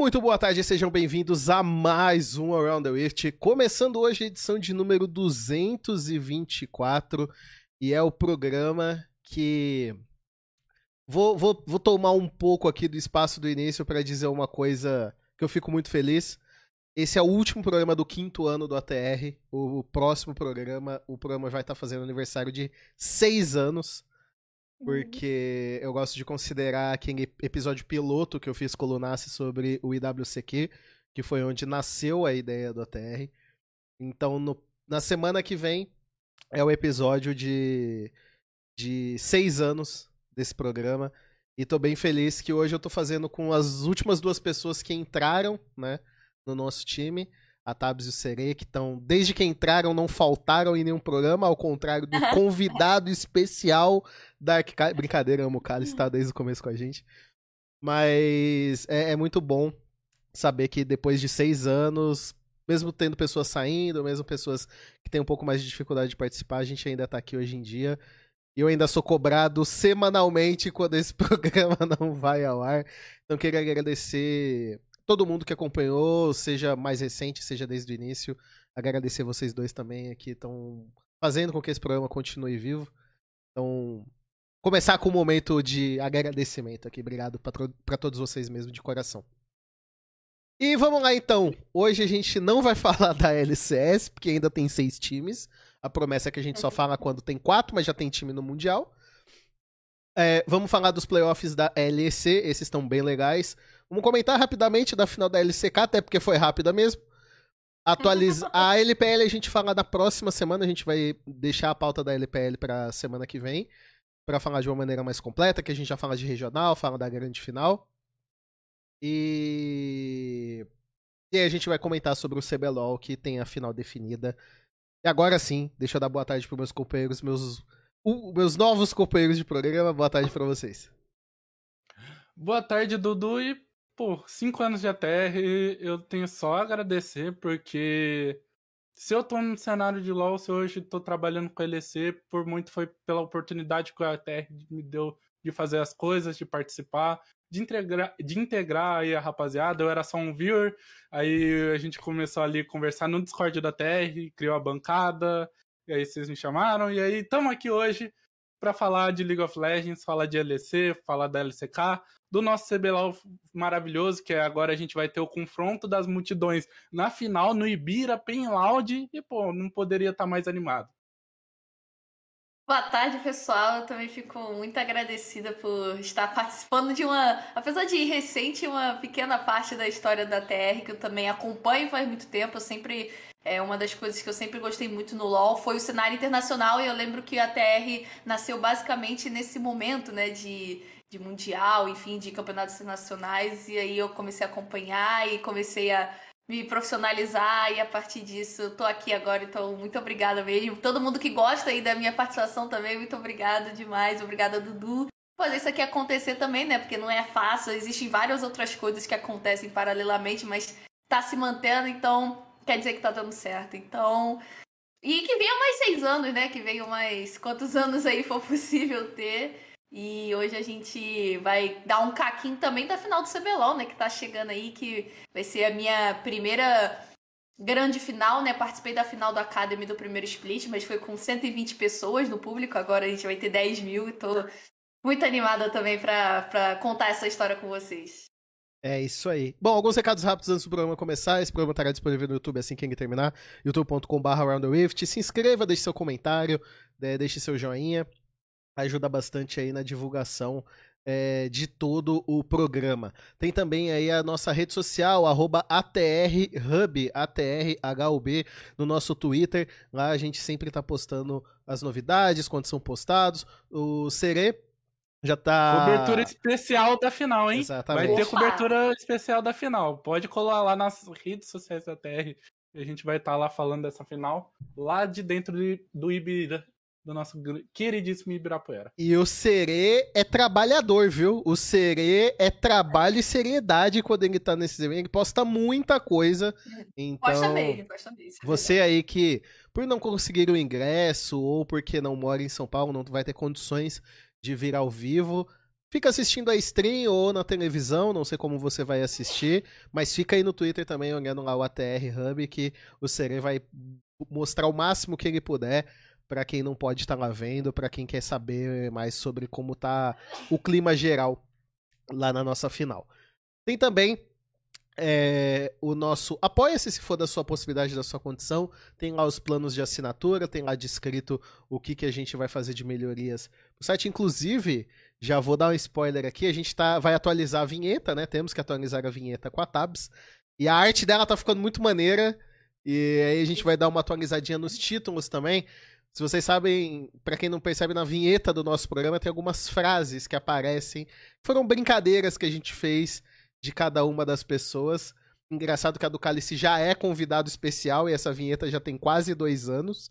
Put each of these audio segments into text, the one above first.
Muito boa tarde, sejam bem-vindos a mais um Around the Rift. Começando hoje a edição de número 224 e é o programa que... Vou tomar um pouco aqui do espaço do início para dizer uma coisa que eu fico muito feliz. Esse é o último programa do 5º ano do ATR. O próximo programa, o programa vai estar fazendo aniversário de 6 anos. Porque eu gosto de considerar aquele episódio piloto que eu fiz com o Lunassi sobre o IWCQ, que foi onde nasceu a ideia do ATR. Então, na semana que vem, é o episódio de 6 anos desse programa. E tô bem feliz que hoje eu tô fazendo com as últimas 2 pessoas que entraram, né, no nosso time. A Tabs e o Serê, que estão, desde que entraram, não faltaram em nenhum programa, ao contrário do convidado especial da Arquikai. Brincadeira, amo o cara, está desde o começo com a gente. Mas é muito bom saber que depois de 6 anos, mesmo tendo pessoas saindo, mesmo pessoas que têm um pouco mais de dificuldade de participar, a gente ainda tá aqui hoje em dia. E eu ainda sou cobrado semanalmente quando esse programa não vai ao ar. Então queria agradecer todo mundo que acompanhou, seja mais recente, seja desde o início. Agradecer vocês dois também que estão fazendo com que esse programa continue vivo. Então, começar com um momento de agradecimento aqui. Obrigado para todos vocês mesmo, de coração. E vamos lá então. Hoje a gente não vai falar da LCS, porque ainda tem 6 times. A promessa é que a gente só fala quando tem 4, mas já tem time no Mundial. Vamos falar dos playoffs da LEC, esses estão bem legais. Vamos comentar rapidamente da final da LCK, até porque foi rápida mesmo. A LPL a gente fala na próxima semana, a gente vai deixar a pauta da LPL pra semana que vem, pra falar de uma maneira mais completa, que a gente já fala de regional, fala da grande final. E aí a gente vai comentar sobre o CBLOL, que tem a final definida. E agora sim, deixa eu dar boa tarde pros meus companheiros, meus novos companheiros de programa. Boa tarde pra vocês. Boa tarde, Dudu. E, 5 anos de ATR, eu tenho só a agradecer, porque se eu tô no cenário de LoL, se hoje tô trabalhando com a LEC, por muito foi pela oportunidade que a ATR me deu de fazer as coisas, de participar, de integrar aí a rapaziada. Eu era só um viewer, aí a gente começou ali a conversar no Discord da ATR, criou a bancada, e aí vocês me chamaram, e aí estamos aqui hoje para falar de League of Legends, falar de LEC, falar da LCK, do nosso CBLOL maravilhoso, que agora a gente vai ter o confronto das multidões na final, no Ibira, Penloud, e não poderia estar mais animado. Boa tarde, pessoal. Eu também fico muito agradecida por estar participando de apesar de recente, uma pequena parte da história da TR, que eu também acompanho faz muito tempo. Uma das coisas que eu sempre gostei muito no LoL foi o cenário internacional, e eu lembro que a TR nasceu basicamente nesse momento, né, de mundial, enfim, de campeonatos internacionais, e aí eu comecei a acompanhar e comecei a me profissionalizar, e a partir disso eu tô aqui agora, então muito obrigada mesmo. Todo mundo que gosta aí da minha participação também, muito obrigada demais, obrigada, Dudu. Fazer isso aqui acontecer também, né, porque não é fácil, existem várias outras coisas que acontecem paralelamente, mas tá se mantendo, então quer dizer que tá dando certo. Então, e que venham mais 6 anos, né, que venham mais quantos anos aí for possível ter. E hoje a gente vai dar um caquinho também da final do CBLOL, né? Que tá chegando aí, que vai ser a minha primeira grande final, né? Participei da final do Academy do primeiro split, mas foi com 120 pessoas no público. Agora a gente vai ter 10 mil e tô muito animada também pra contar essa história com vocês. É isso aí. Bom, alguns recados rápidos antes do programa começar. Esse programa estará disponível no YouTube assim que ele terminar. youtube.com/AroundTheRift. Se inscreva, deixe seu comentário, deixe seu joinha. Ajuda bastante aí na divulgação de todo o programa. Tem também aí a nossa rede social, @ATRHub, ATRHUB, no nosso Twitter. Lá a gente sempre tá postando as novidades, quando são postados. O Serê já tá... Cobertura especial da final, hein? Exatamente. Vai ter cobertura especial da final. Pode colar lá nas redes sociais da TR. A gente vai estar lá falando dessa final, lá de dentro do Ibira, do nosso queridíssimo Ibirapuera. E o Serê é trabalhador, viu? O Serê é trabalho e seriedade quando ele tá nesses eventos. Ele posta muita coisa. Então, Posta mesmo. Você aí que, por não conseguir o ingresso ou porque não mora em São Paulo, não vai ter condições de vir ao vivo, fica assistindo a stream ou na televisão, não sei como você vai assistir, mas fica aí no Twitter também olhando lá o ATR Hub, que o Seren vai mostrar o máximo que ele puder pra quem não pode estar lá vendo, pra quem quer saber mais sobre como tá o clima geral lá na nossa final. Tem também o nosso Apoia-se, se for da sua possibilidade, da sua condição. Tem lá os planos de assinatura, tem lá descrito o que a gente vai fazer de melhorias no site. Inclusive, já vou dar um spoiler aqui, a gente vai atualizar a vinheta, né? Temos que atualizar a vinheta com a Tabs. E a arte dela tá ficando muito maneira. E aí a gente vai dar uma atualizadinha nos títulos também. Se vocês sabem, pra quem não percebe, na vinheta do nosso programa tem algumas frases que aparecem. Foram brincadeiras que a gente fez de cada uma das pessoas. Engraçado que a do Cálice já é convidado especial e essa vinheta já tem quase 2 anos.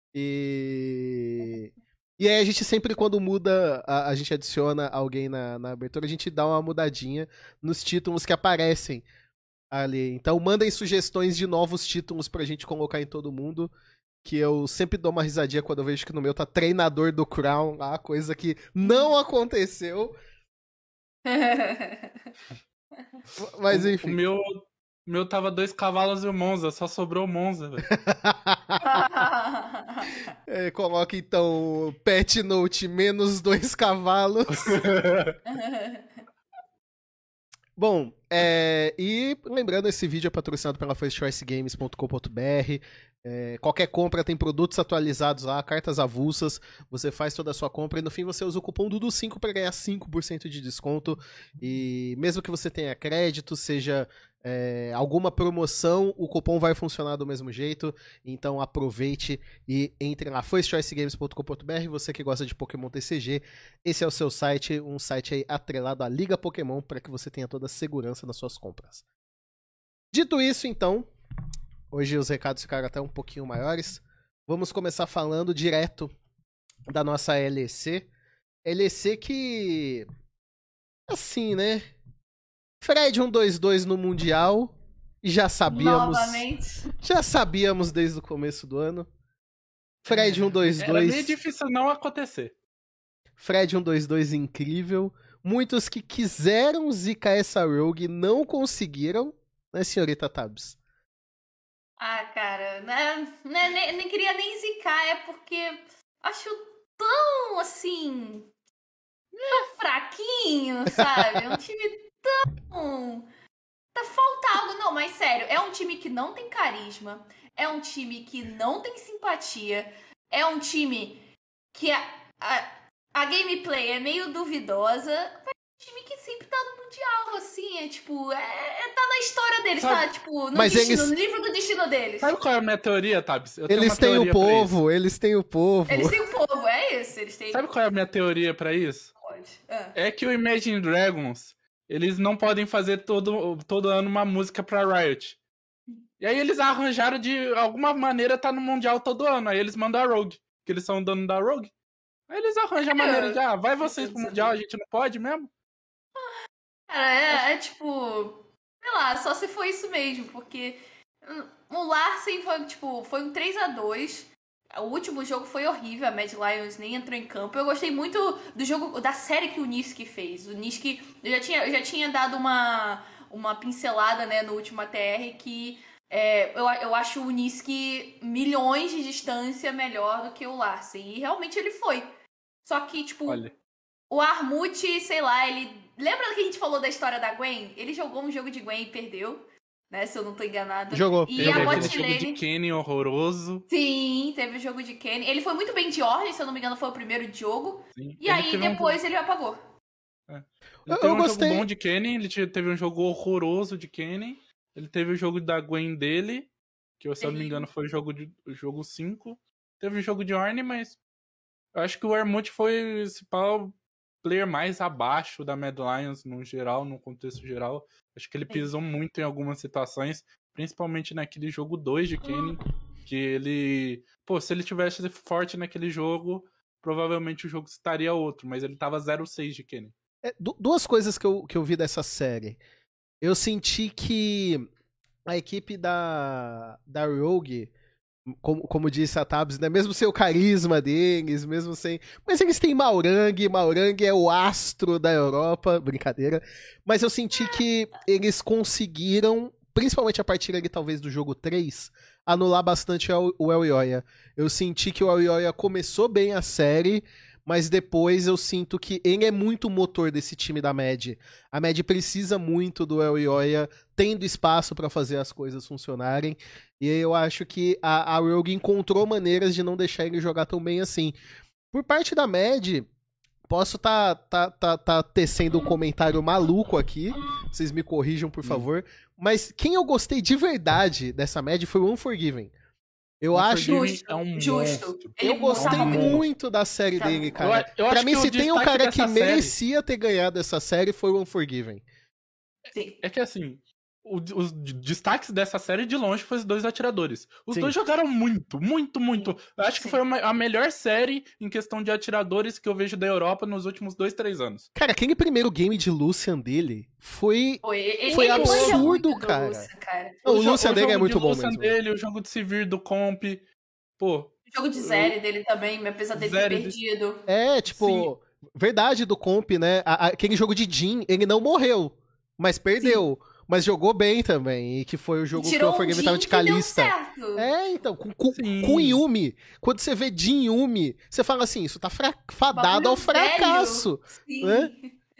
E aí a gente sempre, quando muda, a gente adiciona alguém na abertura, a gente dá uma mudadinha nos títulos que aparecem ali. Então mandem sugestões de novos títulos pra gente colocar em todo mundo, que eu sempre dou uma risadinha quando eu vejo que no meu tá Treinador do Crown lá, coisa que não aconteceu. Mas enfim. O meu tava 2 cavalos e o Monza, só sobrou o Monza, velho. Coloca então Pet Note menos 2 cavalos. Bom, e lembrando, esse vídeo é patrocinado pela firstchoicegames.com.br. Qualquer compra tem produtos atualizados lá, cartas avulsas, você faz toda a sua compra e no fim você usa o cupom DUDU5 para ganhar 5% de desconto. E mesmo que você tenha crédito, seja alguma promoção, o cupom vai funcionar do mesmo jeito. Então aproveite e entre lá, firstchoicegames.com.br. Você que gosta de Pokémon TCG, esse é o seu site, um site aí atrelado à Liga Pokémon para que você tenha toda a segurança nas suas compras. Dito isso, então, hoje os recados ficaram até um pouquinho maiores. Vamos começar falando direto da nossa LEC. LEC que, assim, né? Fred 1-2-2 no Mundial. Já sabíamos. Novamente. Já sabíamos desde o começo do ano. Fred 1-2-2. Era meio difícil não acontecer. Fred 1-2-2 incrível. Muitos que quiseram zicar essa Rogue não conseguiram, né, senhorita Tabs? Ah, cara, nem queria nem zicar, é porque acho tão, assim, tão fraquinho, sabe? É um time tão... Falta algo, não, mas sério, é um time que não tem carisma, é um time que não tem simpatia, é um time que a gameplay é meio duvidosa, mas é um time que sempre tá no Mundial, assim, tá na história deles, sabe? Tá, tipo, Mas no livro do destino deles. Sabe qual é a minha teoria, Tabs? Eles têm o povo, eles têm o povo. Eles têm o povo, é isso, eles têm... Sabe qual é a minha teoria pra isso? Pode. É que o Imagine Dragons, eles não podem fazer todo ano uma música pra Riot. E aí eles arranjaram de alguma maneira tá no Mundial todo ano. Aí eles mandam a Rogue, que eles são dono da Rogue. Aí eles arranjam a maneira de, vai vocês pro Mundial, a gente não pode mesmo? Cara, tipo... Sei lá, só se foi isso mesmo, porque o Larsen foi um 3-2. O último jogo foi horrível, a Mad Lions nem entrou em campo. Eu gostei muito do jogo, da série que o Nisk fez. O Nisk, eu já tinha dado uma pincelada, né, no último ATR, que eu acho o Nisk milhões de distância melhor do que o Larsen. E realmente ele foi. Só que, Olha. O Armut, sei lá, ele... Lembra que a gente falou da história da Gwen? Ele jogou um jogo de Gwen e perdeu, né? Se eu não tô enganada. Jogou. E Teve a bot aquele lane... jogo de Kenny horroroso. Sim, teve o jogo de Kenny. Ele foi muito bem de Ornn, se eu não me engano, foi o primeiro jogo. Sim. E aí, depois ele apagou. Ele teve um jogo bom de Kenny, ele teve um jogo horroroso de Kenny. Ele teve o jogo da Gwen dele, que se eu não me engano foi o jogo 5. Teve o jogo de Ornn, mas eu acho que o Armut foi o principal player mais abaixo da Mad Lions no geral, no contexto geral. Acho que ele pisou muito em algumas situações, principalmente naquele jogo 2 de Kenny, que ele... se ele tivesse forte naquele jogo, provavelmente o jogo estaria outro, mas ele tava 0-6 de Kenny. Duas coisas que eu vi dessa série. Eu senti que a equipe da Rogue, como disse a Tabs, né? Mesmo sem o carisma deles, mesmo sem. Mas eles têm Maurang. Maurang é o astro da Europa. Brincadeira. Mas eu senti que eles conseguiram, principalmente a partir ali, talvez, do jogo 3, anular bastante o El Yoya. Eu senti que o El Yoya começou bem a série, mas depois eu sinto que ele é muito o motor desse time da Mad. A Mad precisa muito do El Yoya tendo espaço pra fazer as coisas funcionarem. E eu acho que a Rogue encontrou maneiras de não deixar ele jogar tão bem assim. Por parte da Mad, posso tá tecendo um comentário maluco aqui. Vocês me corrijam, por favor. Mas quem eu gostei de verdade dessa Mad foi o Unforgiven. Eu acho. É um Justo. Eu gostei muito da série dele, cara. Pra mim, se tem um cara que merecia ter ganhado essa série, foi o Unforgiven. Sim. É que assim, os destaques dessa série de longe foram os 2 atiradores. Os Sim. 2 jogaram muito, muito, muito. Eu acho que Sim. foi a melhor série em questão de atiradores que eu vejo da Europa nos últimos 2-3 anos. Cara, aquele primeiro game de Lucian dele foi Ele absurdo, manja muito do cara. Lucian, cara. O Lucian dele é muito bom Lucian mesmo. dele, o jogo de Sivir do Comp. Pô. O jogo de Zeri dele também, apesar dele ter perdido. É, tipo, Sim. verdade do comp, né? Aquele jogo de Jin, ele não morreu, mas perdeu. Sim. Mas jogou bem também. E que foi o jogo que o Unforgiven tava de Kalista. É, então, com Yumi. Quando você vê Jin Yumi, você fala assim, isso tá fadado ao fracasso. Sim. Né?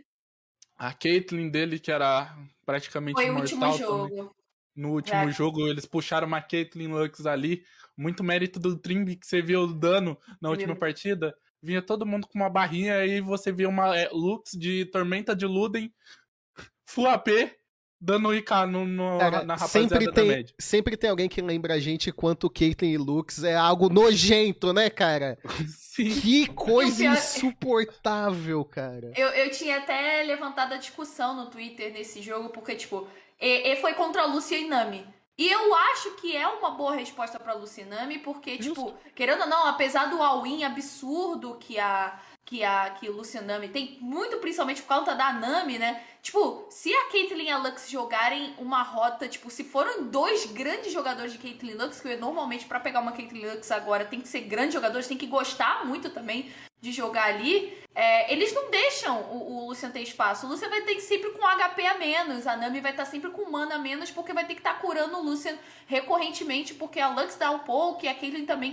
A Caitlyn dele, que era praticamente foi imortal. O último jogo. Também. No último jogo, eles puxaram uma Caitlyn Lux ali. Muito mérito do Trimby, que você viu o dano na última partida. Vinha todo mundo com uma barrinha, aí você via uma Lux de Tormenta de Luden, Full AP, dando IK na rapaziada da Mad. Sempre tem alguém que lembra a gente quanto Caitlyn e Lux é algo nojento, né, cara? Sim. Que coisa insuportável, cara. Eu tinha até levantado a discussão no Twitter desse jogo, porque, tipo, foi contra a Lucia e Nami. E eu acho que é uma boa resposta pra Lucia e Nami, porque, tipo, querendo ou não, apesar do all-in absurdo que Lucia e Nami tem, muito principalmente por conta da Nami, né? Tipo, se a Caitlyn e a Lux jogarem uma rota, tipo, se foram 2 grandes jogadores de Caitlyn e Lux, que normalmente pra pegar uma Caitlyn e Lux agora tem que ser grandes jogadores, tem que gostar muito também de jogar ali, eles não deixam o Lucian ter espaço. O Lucian vai ter sempre com HP a menos, a Nami vai estar sempre com mana a menos, porque vai ter que estar curando o Lucian recorrentemente, porque a Lux dá um pouco, e a Caitlyn também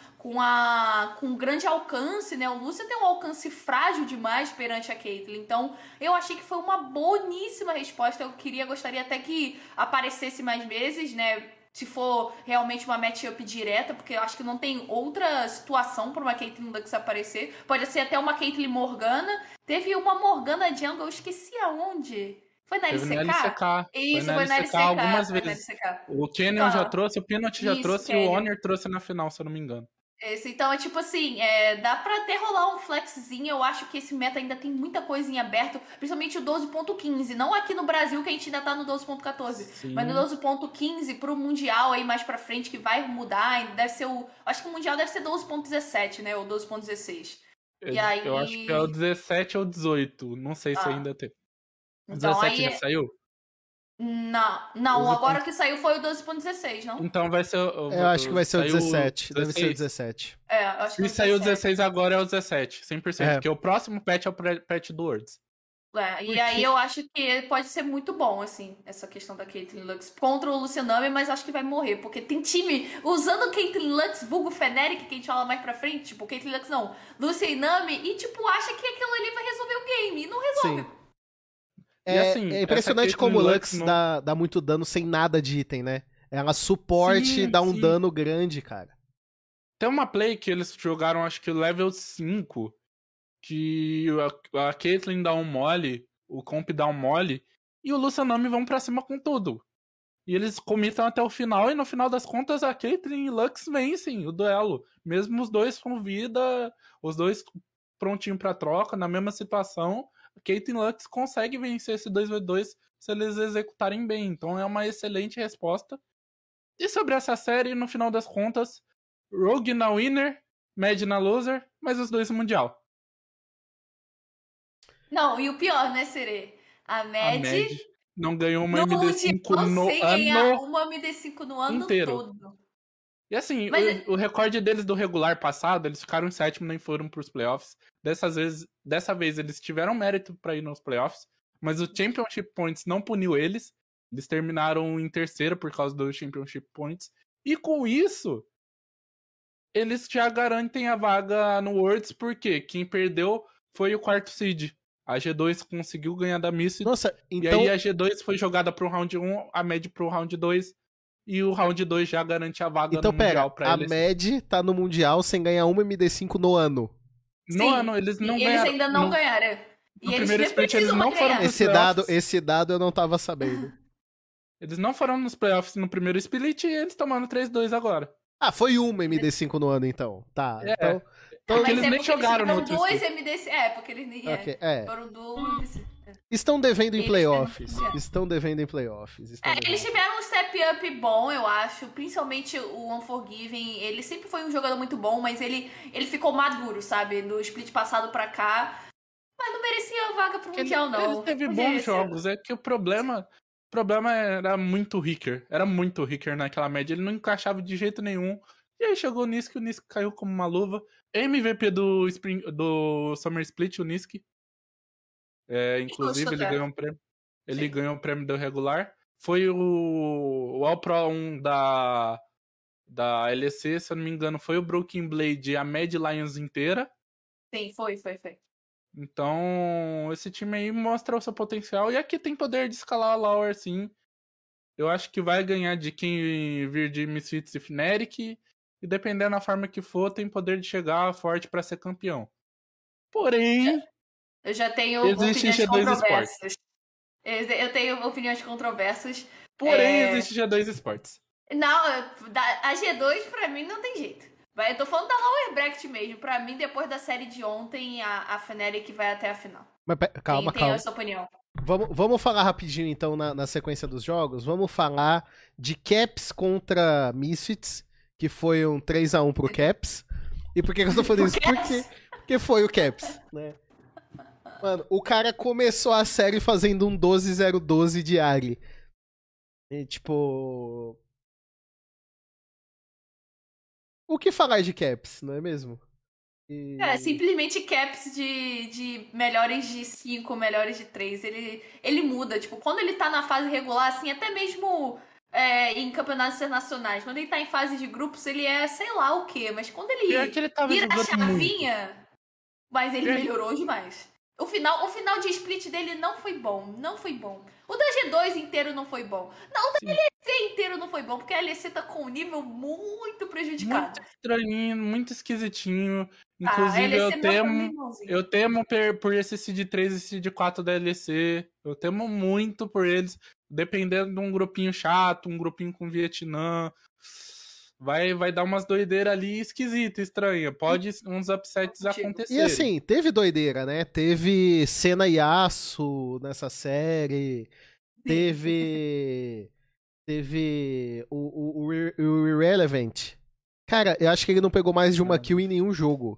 com grande alcance, né? O Lucian tem um alcance frágil demais perante a Caitlyn. Então, eu achei que foi uma boníssima resposta. Eu gostaria até que aparecesse mais vezes, né? Se for realmente uma matchup direta, porque eu acho que não tem outra situação para uma Caitlyn Lux aparecer. Pode ser até uma Caitlyn Morgana. Teve uma Morgana Jungle, eu esqueci aonde. Foi na LCK? Isso, foi na LCK algumas vezes. O Canyon já trouxe, o Peanut já trouxe, e o Honor trouxe na final, se eu não me engano. Então, é tipo assim, dá pra até rolar um flexzinho. Eu acho que esse meta ainda tem muita coisa em aberto, principalmente o 12.15. Não aqui no Brasil, que a gente ainda tá no 12.14, mas no 12.15 pro Mundial aí mais pra frente, que vai mudar. Deve ser acho que o Mundial deve ser 12.17, né? Ou 12.16. E aí... Eu acho que é o 17 ou 18. Não sei se ainda tem. O então, 17 já saiu? Não, agora que saiu foi o 12.16, não? Então vai ser eu acho que vai ser o 17. Deve ser o 17. Acho que se saiu o 16 agora é o 17, 100%. Porque o próximo patch é o patch do Worlds. E aí eu acho que pode ser muito bom, assim, essa questão da Caitlyn Lux contra o Lucian Nami, mas acho que vai morrer, porque tem time usando Caitlyn Lux, vulgo Fnatic, que a gente fala mais pra frente, tipo, Caitlyn Lux não, Lucian e Nami, e tipo, acha que aquilo ali vai resolver o game, e não resolve. Sim. É impressionante como o Lux dá muito dano sem nada de item, né? Ela suporte, dá um dano grande, cara. Tem uma play que eles jogaram, acho que level 5, que a Caitlyn dá um mole, o comp dá um mole, e o Lucian Nami vão pra cima com tudo. E eles comitam até o final, e no final das contas a Caitlyn e Lux vencem o duelo. Mesmo os dois com vida, os dois prontinho pra troca, na mesma situação, a Caitlyn Lux consegue vencer esse 2v2 se eles executarem bem. Então é uma excelente resposta. E sobre essa série, no final das contas, Rogue na winner, Mad na loser, mas os dois no mundial. Não, e o pior, né, Serê? A Mad não ganhou uma MD5 no ano ganhar uma MD5 no ano inteiro. todo. E assim, Mas- o recorde deles do regular passado, eles ficaram em sétimo, nem foram pros playoffs. Dessa vez eles tiveram mérito pra ir nos playoffs, mas o Championship Points não puniu eles. Eles terminaram em terceiro por causa do Championship Points. E com isso, eles já garantem a vaga no Worlds, porque quem perdeu foi o quarto seed. A G2 conseguiu ganhar da Misfits. Nossa, E então. aí a G2 foi jogada pro round 1, a Mad pro round 2. E o round 2 já garante a vaga Então, no pera, Mundial pra a eles. Mad tá no Mundial sem ganhar uma MD5 no ano. No ano, eles não eles ganharam. ainda não ganharam. no E eles primeiro nem split eles precisam não mais foram ganhar. pros Esse dado eu não tava sabendo. Eles não foram nos playoffs no primeiro split e eles tomaram 3-2 agora. Ah, foi uma MD5 no ano, então. Tá. É. Então, Porque Mas eles é nem porque jogaram no eles outro dois split. MDC. É, porque eles nem. ok, é. Foram do MDC. Estão devendo em Eles playoffs. devem- Estão devendo em playoffs. Estão devendo. Eles tiveram um step up bom, eu acho. Principalmente o Unforgiven. Ele sempre foi um jogador muito bom, mas ele ficou maduro, sabe? Do split passado pra cá. Mas não merecia a vaga pro Mundial, não. Ele teve Não bons mereceu. jogos. É que o problema era muito Ricker. Era muito Ricker naquela média. Ele não encaixava de jeito nenhum. E aí chegou o Nisk caiu como uma luva. MVP do Summer Split, o Nisk. Inclusive, Justo, ele cara. ganhou um prêmio. Ele Sim. ganhou o prêmio do regular. Foi o All Pro 1 da LEC, se eu não me engano, foi o Broken Blade e a Mad Lions inteira. Sim, foi. Então, esse time aí mostra o seu potencial. E aqui tem poder de escalar a Lauer, sim. Eu acho que vai ganhar de quem vir de Misfits e Fnatic. E dependendo da forma que for, tem poder de chegar forte pra ser campeão. Porém, Eu já tenho existe opiniões G2 controversas. Eu tenho opiniões controversas. existe G2 Esports. Não, a G2 pra mim não tem jeito. Eu tô falando da Lower Bracket mesmo. Pra mim, depois da série de ontem, a Fnatic vai até a final. Mas calma, Tem calma. essa opinião. Vamos falar rapidinho, então, na sequência dos jogos. Vamos falar de Caps contra Misfits, que foi um 3-1 pro Caps. E por que eu tô falando isso? Porque foi o Caps, né? Mano, o cara começou a série fazendo um 12-0-12 de Ali. E, tipo... O que falar de Caps, não é mesmo? E... Simplesmente caps de melhores de 5, melhores de 3. Ele muda. Tipo, quando ele tá na fase regular, assim, até mesmo em campeonatos internacionais, quando ele tá em fase de grupos, ele é sei lá o quê. Mas quando ele Pior que ele tava vira a jogando muito. chavinha, mas ele Pior- melhorou demais. O final de split dele não foi bom. Não foi bom. O da G2 inteiro não foi bom. Não, o da Sim. LEC inteiro não foi bom, porque a LEC tá com um nível muito prejudicado. Muito estranhinho, muito esquisitinho. A Inclusive, LEC eu não foi temo. irmãozinho. Eu temo por esse Seed 3 e Seed 4 da LEC. Eu temo muito por eles. Dependendo de um grupinho chato, um grupinho com Vietnã. Vai dar umas doideiras ali esquisitas, estranhas. Pode uns upsets acontecerem. E assim, teve doideira, né? Teve Senna e Aço nessa série. Teve o Irrelevant. Cara, eu acho que ele não pegou mais de uma kill em nenhum jogo.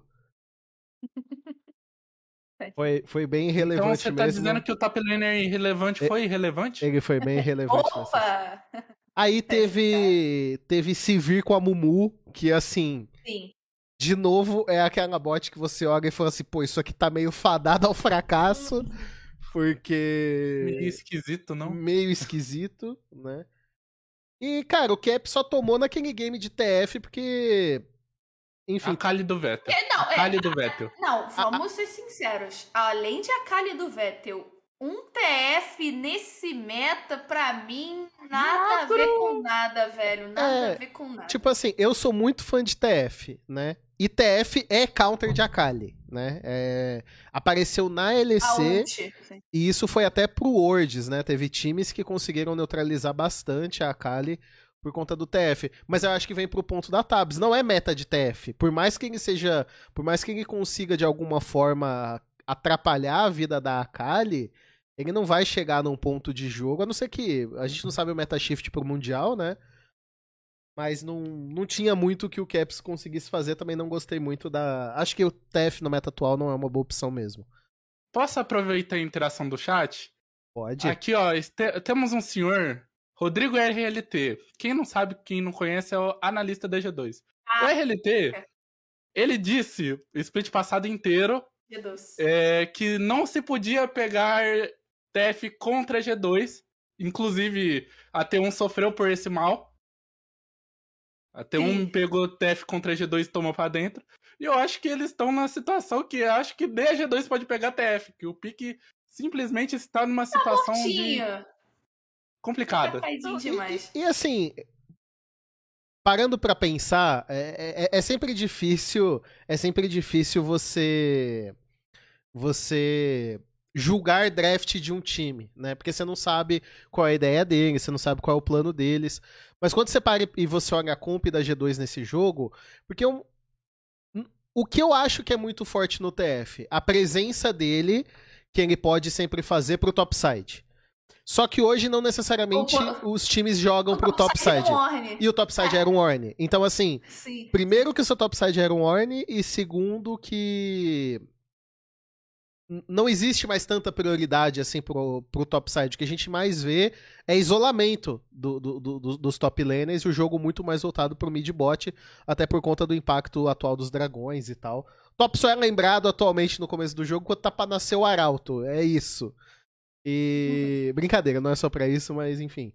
Foi bem Então irrelevante você tá mesmo. dizendo que o top laner irrelevante foi irrelevante? Ele foi bem irrelevante nessa. Opa! Aí teve Sivir com a Mumu, que assim, Sim. de novo é aquela bot que você olha e fala assim, pô, isso aqui tá meio fadado ao fracasso, porque... Meio esquisito, não? Meio esquisito, né? E, cara, o Cap só tomou naquele game de TF porque... Enfim, A Kali do Vettel. Não, Kali do Vettel. Não, vamos ser sinceros. Além de Akali do Vettel, um TF nesse meta, pra mim, nada a ver com nada, velho. Nada a ver com nada. tipo assim, eu sou muito fã de TF, né? E TF é counter de Akali, né? Apareceu na A LEC ult, sim. e isso foi até pro Worlds, né? Teve times que conseguiram neutralizar bastante a Akali por conta do TF. Mas eu acho que vem pro ponto da Tabs. Não é meta de TF. Por mais que ele consiga de alguma forma atrapalhar a vida da Akali, ele não vai chegar num ponto de jogo, a não ser que a gente não sabe o meta shift pro Mundial, né? Mas não tinha muito que o Caps conseguisse fazer, também não gostei muito da... Acho que o TF no meta atual não é uma boa opção mesmo. Posso aproveitar a interação do chat? Pode. Aqui, ó, temos um senhor Rodrigo RLT. Quem não sabe, quem não conhece, é o analista da G2. O RLT, ele disse, o split passado inteiro, que não se podia pegar TF contra G2. Inclusive, a T1 sofreu por esse mal. A T1 pegou TF contra a G2 e tomou pra dentro. E eu acho que eles estão numa situação que eu acho que nem a G2 pode pegar TF. Que o pique simplesmente está numa situação complicada. E assim, parando pra pensar, é sempre difícil você julgar draft de um time, né? Porque você não sabe qual é a ideia deles, você não sabe qual é o plano deles. Mas quando você para e você olha a comp da G2 nesse jogo, porque o que eu acho que é muito forte no TF, a presença dele, que ele pode sempre fazer pro topside. Só que hoje não necessariamente os times jogam pro topside. E o topside era um Ornn. Então, assim, primeiro que o seu topside era um Ornn, e segundo que não existe mais tanta prioridade assim pro topside. O que a gente mais vê é isolamento dos top laners e o jogo muito mais voltado pro mid-bot, até por conta do impacto atual dos dragões e tal. Top só é lembrado atualmente no começo do jogo quando tá pra nascer o Arauto, é isso. E brincadeira, não é só pra isso, mas enfim.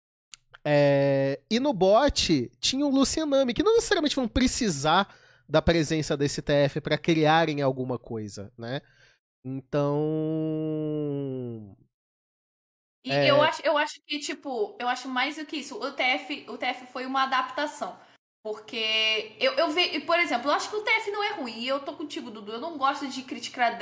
E no bot tinha o Lucianami, que não necessariamente vão precisar da presença desse TF pra criarem alguma coisa, né? Então... eu acho que, tipo, eu acho mais do que isso. O TF foi uma adaptação. Porque eu vejo, por exemplo, eu acho que o TF não é ruim. E eu tô contigo, Dudu. Eu não gosto de criticar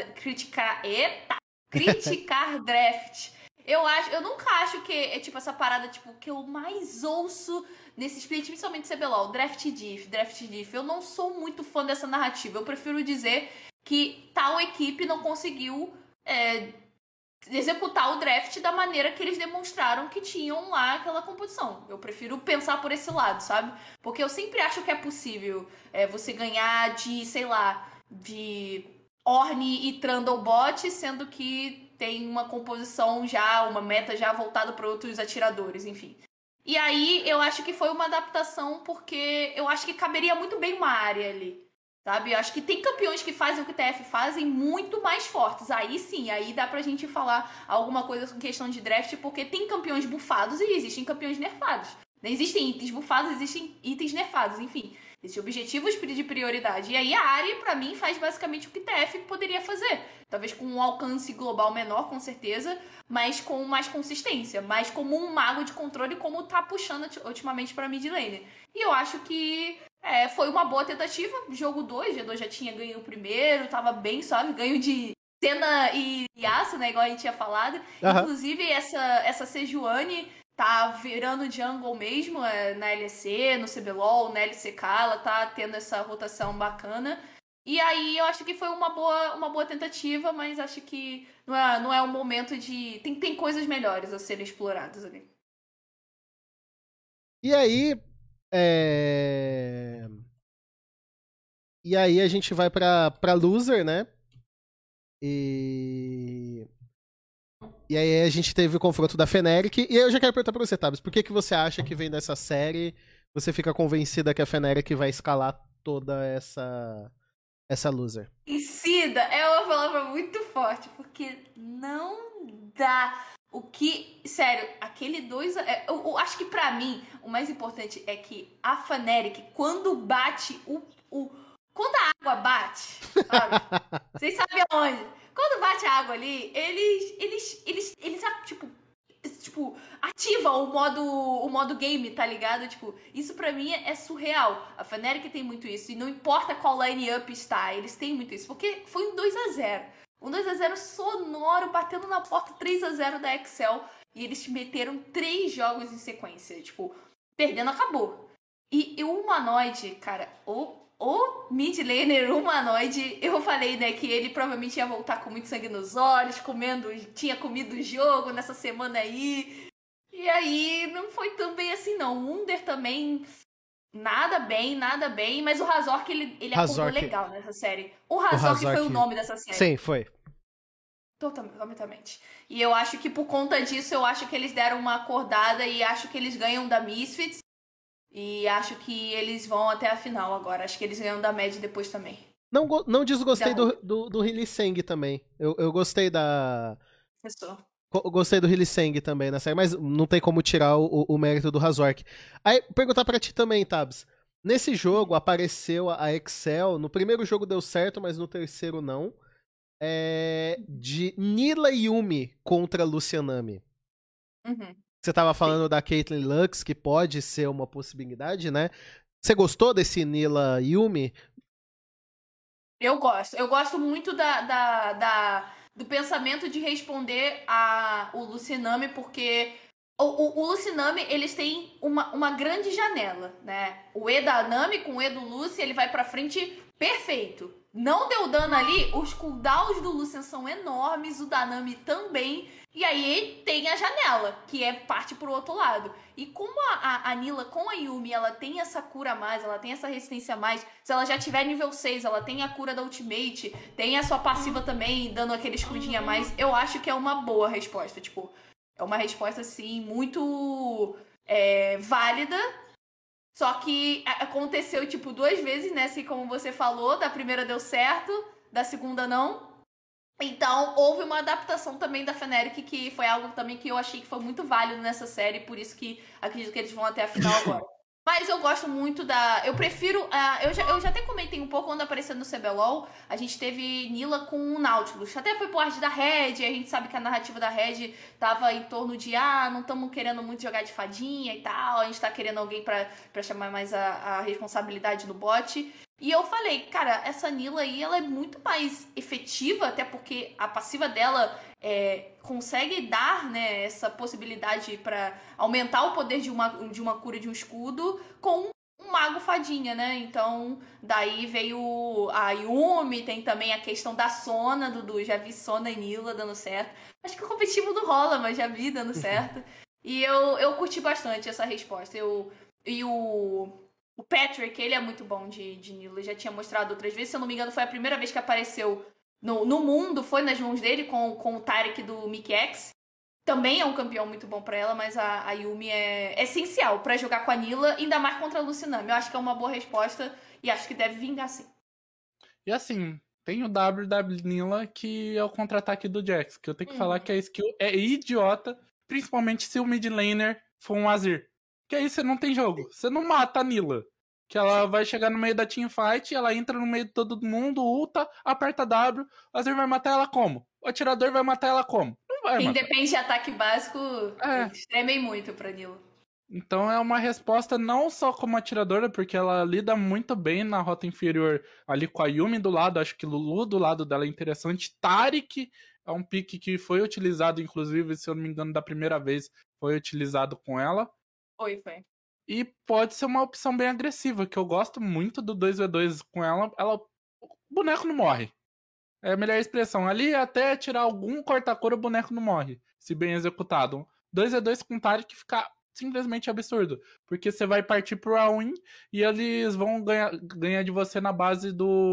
draft. Eu nunca acho que é tipo essa parada tipo, que eu mais ouço nesse split, principalmente CBLOL, draft diff. Eu não sou muito fã dessa narrativa. Eu prefiro dizer que tal equipe não conseguiu executar o draft da maneira que eles demonstraram que tinham lá aquela composição. Eu prefiro pensar por esse lado, sabe? Porque eu sempre acho que é possível você ganhar de, sei lá, de Ornn e Trundlebot, sendo que tem uma composição já, uma meta já voltada para outros atiradores, enfim. E aí eu acho que foi uma adaptação porque eu acho que caberia muito bem uma área ali. Sabe? Eu acho que tem campeões que fazem o que o TF fazem muito mais fortes. Aí sim, aí dá pra gente falar alguma coisa com questão de draft, porque tem campeões bufados e existem campeões nerfados. Existem itens bufados, existem itens nerfados, enfim. Existem objetivos de prioridade. E aí a área, pra mim, faz basicamente o que o TF poderia fazer. Talvez com um alcance global menor, com certeza, mas com mais consistência. Mais como um mago de controle, como tá puxando ultimamente pra mid lane. E eu acho que foi uma boa tentativa. Jogo 2, G2 já tinha ganho o primeiro, tava bem suave, ganho de Senna e Yasuo, né, igual a gente tinha falado. Uhum. Inclusive, essa Sejuani tá virando jungle mesmo, na LEC, no CBLOL, na LCK, ela tá tendo essa rotação bacana. E aí eu acho que foi uma boa tentativa, mas acho que não é um momento de... Tem coisas melhores a serem exploradas ali. E aí... E aí a gente vai pra loser, né? E aí a gente teve o confronto da Fnatic. E aí eu já quero perguntar pra você, Tabs, por que você acha que vem dessa série você fica convencida que a Fnatic vai escalar toda essa loser? Convencida é uma palavra muito forte, porque não dá... Sério, aquele 2... Eu acho que pra mim, o mais importante é que a Fnatic, quando bate quando a água bate, sabe? Vocês sabem aonde? Quando bate a água ali, eles tipo, ativam o modo game, tá ligado? Tipo, isso pra mim é surreal. A Fnatic tem muito isso, e não importa qual line-up está, eles têm muito isso, porque foi um 2-0. Um 2-0 sonoro, batendo na porta, 3-0 da Excel. E eles meteram 3 jogos em sequência. Tipo, perdendo, acabou. E o Humanoid, cara, o mid laner Humanoid, eu falei, né, que ele provavelmente ia voltar com muito sangue nos olhos, tinha comido o jogo nessa semana aí. E aí, não foi tão bem assim, não. O Wunder também... Nada bem, mas o Razork, ele acordou legal nessa série. O Razork foi o nome dessa série. Sim, foi. Totalmente. E eu acho que por conta disso, eu acho que eles deram uma acordada e acho que eles ganham da Misfits. E acho que eles vão até a final agora. Acho que eles ganham da Mad depois também. Não desgostei Da do Hylisang também. Eu gostei da. Pessoa. Gostei do Hylisang também na série, mas não tem como tirar o mérito do Razork. Aí, perguntar pra ti também, Tabs. Nesse jogo apareceu a Excel. No primeiro jogo deu certo, mas no terceiro não. De Nila Yumi contra Lucianami. Uhum. Você tava falando da Caitlyn Lux, que pode ser uma possibilidade, né? Você gostou desse Nila Yumi? Eu gosto muito do pensamento de responder o Lucinami, porque o Lucinami, eles têm uma grande janela, né? O E da Nami com o E do Lucy, ele vai pra frente perfeito. Não deu dano ali, os cooldowns do Lucian são enormes, o da Nami também. E aí tem a janela, que é parte pro outro lado. E como a Nila com a Yumi, ela tem essa cura a mais, ela tem essa resistência a mais. Se ela já tiver nível 6, ela tem a cura da ultimate, tem a sua passiva também, dando aquele escudinho a mais. Eu acho que é uma boa resposta, tipo... É uma resposta, assim, muito válida. Só que aconteceu, tipo, 2 vezes, né? Assim como você falou, da primeira deu certo, da segunda não. Então, houve uma adaptação também da Fnatic, que foi algo também que eu achei que foi muito válido nessa série, por isso que acredito que eles vão até a final agora. Mas eu gosto muito eu prefiro... eu já até comentei um pouco quando apareceu no CBLOL. A gente teve Nila com o Nautilus. Até foi parte da Red. A gente sabe que a narrativa da Red tava em torno de... não estamos querendo muito jogar de fadinha e tal. A gente tá querendo alguém pra chamar mais a responsabilidade no bot. E eu falei, cara, essa Nila aí, ela é muito mais efetiva, até porque a passiva dela consegue dar, né, essa possibilidade pra aumentar o poder de uma cura de um escudo com um mago fadinha, né? Então, daí veio a Yumi, tem também a questão da Sona, Dudu. Já vi Sona e Nila dando certo. Acho que o competitivo não rola, mas já vi dando certo. E eu curti bastante essa resposta. O Patrick, ele é muito bom de Nilo. Eu já tinha mostrado outras vezes. Se eu não me engano, foi a primeira vez que apareceu no mundo. Foi nas mãos dele com o Tarek do Mickey X. Também é um campeão muito bom pra ela, mas a Yumi é essencial pra jogar com a Nila, ainda mais contra a Lucinami. Eu acho que é uma boa resposta e acho que deve vingar sim. E assim, tem o W da Nila, que é o contra-ataque do Jax, que eu tenho que falar que a skill é idiota, principalmente se o mid laner for um Azir. Que aí você não tem jogo. Você não mata a Nila. Que ela vai chegar no meio da teamfight, ela entra no meio de todo mundo, ulta, aperta W, o Azir vai matar ela como? O atirador vai matar ela como? Não vai Quem matar. depende de ataque básico, eles tremem muito pra Nila. Então é uma resposta não só como atiradora, porque ela lida muito bem na rota inferior ali com a Yumi do lado, acho que Lulu do lado dela é interessante. Tarik é um pick que foi utilizado, inclusive, se eu não me engano, da primeira vez foi utilizado com ela. Foi. E pode ser uma opção bem agressiva, que eu gosto muito do 2v2 com ela. O boneco não morre. É a melhor expressão. Ali até tirar algum corta-cor, o boneco não morre, se bem executado. 2v2 com Tarik fica simplesmente absurdo, porque você vai partir pro all-in e eles vão ganhar de você na base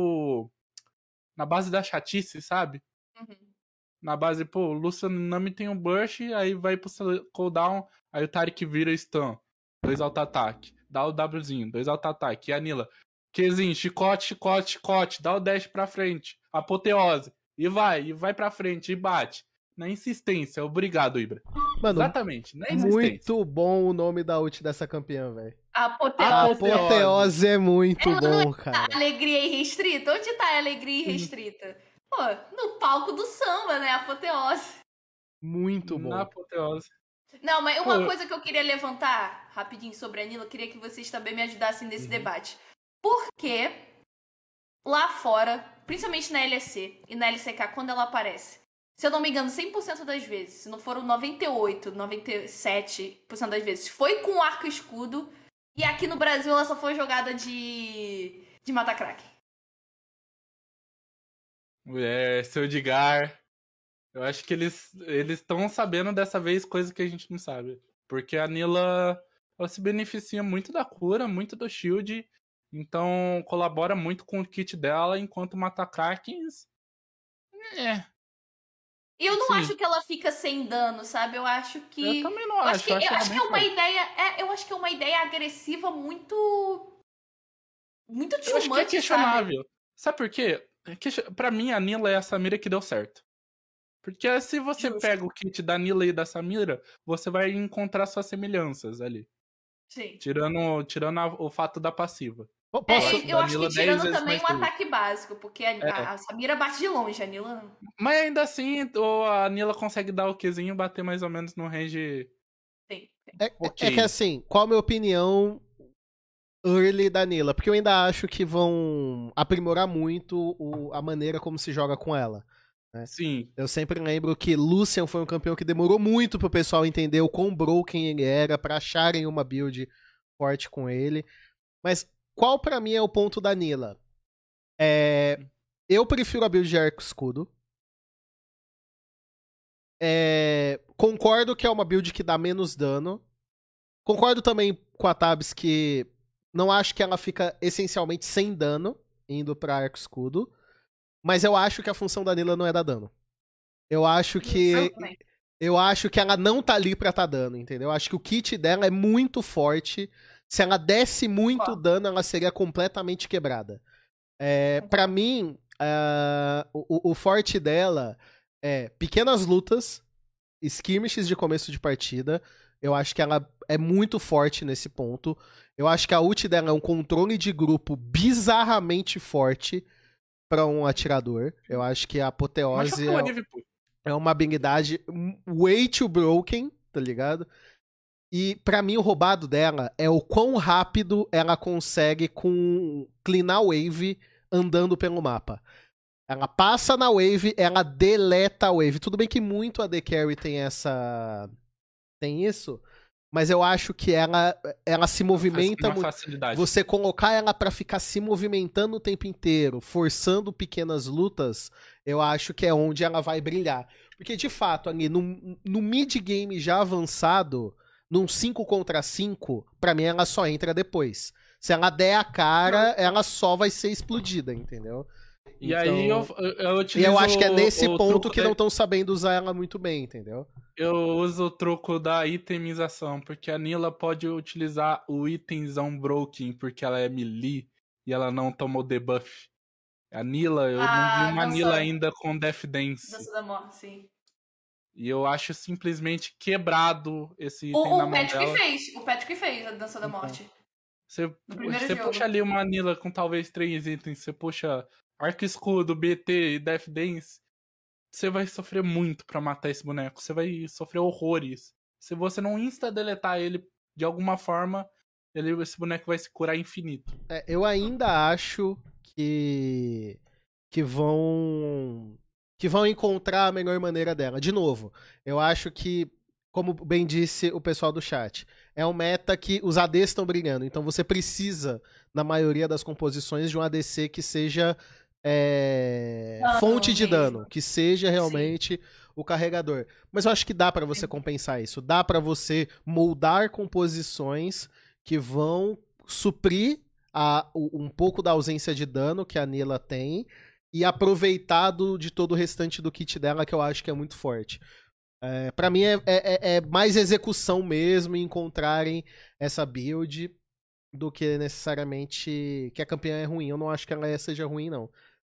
da chatice, sabe? Uhum. Na base, pô, o Lucianami tem um burst, aí vai pro cooldown, aí o Tarik vira stun, 2 auto-ataque, dá o Wzinho, 2 auto-ataque, e a Nila, Qzinho, chicote, dá o dash pra frente, apoteose, e vai pra frente, e bate. Na insistência, obrigado, Ibra. Mano, exatamente, na insistência. Muito bom o nome da ult dessa campeã, velho. Apoteose é muito bom, cara. Alegria irrestrita? Onde tá a alegria irrestrita? Pô, no palco do samba, né? Apoteose. Muito bom. Na apoteose. Não, mas uma coisa que eu queria levantar rapidinho sobre a Nila, eu queria que vocês também me ajudassem nesse debate. Por que lá fora, principalmente na LEC e na LCK, quando ela aparece, se eu não me engano, 100% das vezes, se não foram 98, 97% das vezes, foi com arco e escudo, e aqui no Brasil ela só foi jogada de mata-crack. Seu Edgar. Eu acho que eles estão sabendo dessa vez coisa que a gente não sabe. Porque a Nila, ela se beneficia muito da cura, muito do shield, então colabora muito com o kit dela, enquanto mata Krakens. E eu não Sim. acho que ela fica sem dano, sabe? Eu acho que. Eu também não acho. Eu acho ela que bem é uma forte. ideia. Eu acho que é uma ideia agressiva muito. Muito Eu too acho que é much, sabe? questionável. Sabe por quê? Pra mim, a Nila é a Samira que deu certo. Porque se você Justo. pega o kit da Nila e da Samira, você vai encontrar suas semelhanças ali. Sim. Tirando o fato da passiva. Posso. Eu acho que Danila 10 tirando vezes também mais um útil. ataque básico, porque a Samira bate de longe, a Nila não. Mas ainda assim, a Nila consegue dar o Qzinho e bater mais ou menos no range. Sim. É que assim, qual a minha opinião early da Nila? Porque eu ainda acho que vão aprimorar muito a maneira como se joga com ela. Né? Sim. Eu sempre lembro que Lucian foi um campeão que demorou muito pro pessoal entender o quão broken ele era, pra acharem uma build forte com ele. Mas qual pra mim é o ponto da Nila? Eu prefiro a build de arco escudo. Concordo que é uma build que dá menos dano. Concordo também com a Tabs que não acho que ela fica essencialmente sem dano indo pra arco escudo. Mas eu acho que a função da Nila não é dar dano. Eu acho que ela não tá ali pra tá dano, entendeu? Eu acho que o kit dela é muito forte. Se ela desse muito dano, ela seria completamente quebrada. Pra mim, o forte dela é pequenas lutas, skirmishes de começo de partida. Eu acho que ela é muito forte nesse ponto. Eu acho que a ult dela é um controle de grupo bizarramente forte pra um atirador. Eu acho que a apoteose é uma habilidade way too broken, tá ligado? E pra mim o roubado dela é o quão rápido ela consegue cleanar wave andando pelo mapa. Ela passa na wave, ela deleta a wave. Tudo bem que muito a AD Carry tem isso, mas eu acho que ela se movimenta muito. Você colocar ela pra ficar se movimentando o tempo inteiro, forçando pequenas lutas, eu acho que é onde ela vai brilhar. Porque, de fato, ali, no mid-game já avançado, num 5 contra 5, pra mim ela só entra depois. Se ela der a cara, ela só vai ser explodida, entendeu? E aí eu utilizo. E eu acho que é nesse ponto que não estão sabendo usar ela muito bem, entendeu? Eu uso o truco da itemização, porque a Nila pode utilizar o itemzão broken, porque ela é melee e ela não tomou debuff. A Nila, eu não vi uma Nila ainda com Death Dance. Dança da Morte, sim. E eu acho simplesmente quebrado esse item na mão dela. O Patrick fez a Dança da Morte. Você puxa ali uma Nila com talvez 3 itens, você puxa Arco Escudo, BT e Death Dance, você vai sofrer muito pra matar esse boneco. Você vai sofrer horrores. Se você não insta-deletar ele de alguma forma, esse boneco vai se curar infinito. Eu ainda acho que vão encontrar a melhor maneira dela. De novo, eu acho que, como bem disse o pessoal do chat, é um meta que os ADs estão brilhando. Então você precisa, na maioria das composições, de um ADC que seja fonte de dano, que seja realmente o carregador. Mas eu acho que dá pra você compensar isso. Dá pra você moldar composições que vão suprir um pouco da ausência de dano que a Nila tem e aproveitar de todo o restante do kit dela, que eu acho que é muito forte. Pra mim é mais execução mesmo em encontrarem essa build do que necessariamente que a campeã é ruim. Eu não acho que ela seja ruim, não.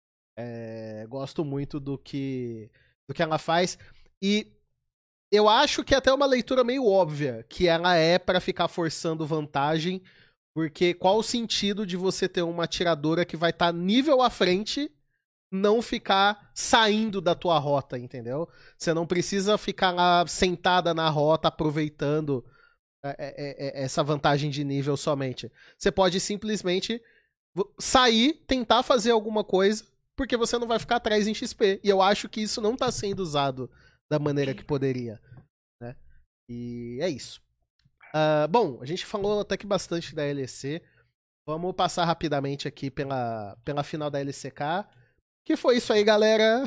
Gosto muito do que ela faz. E eu acho que é até uma leitura meio óbvia, que ela é pra ficar forçando vantagem, porque qual o sentido de você ter uma atiradora que vai estar nível à frente, não ficar saindo da tua rota, entendeu? Você não precisa ficar lá sentada na rota aproveitando essa vantagem de nível somente. Você pode simplesmente sair, tentar fazer alguma coisa, porque você não vai ficar atrás em XP. E eu acho que isso não tá sendo usado da maneira que poderia. Né? E é isso. Bom, a gente falou até que bastante da LEC. Vamos passar rapidamente aqui pela final da LCK. Que foi isso aí, galera.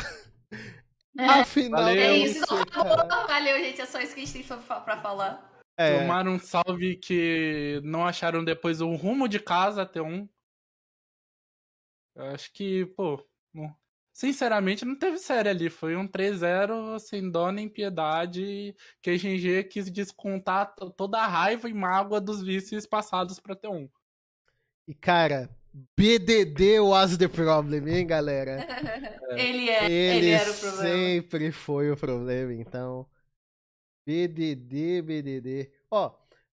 A final da LCK. Valeu, gente. É só isso que a gente tem pra falar. Tomaram um salve que não acharam depois o rumo de casa até um. Eu acho que, pô, sinceramente, não teve série ali. Foi um 3-0 sem dó nem piedade, que a GG quis descontar toda a raiva e mágoa dos vices passados pra T1. E, cara, BDD was the problem, hein, galera? Ele Ele era o problema. sempre foi o problema, então. BDD. Ó,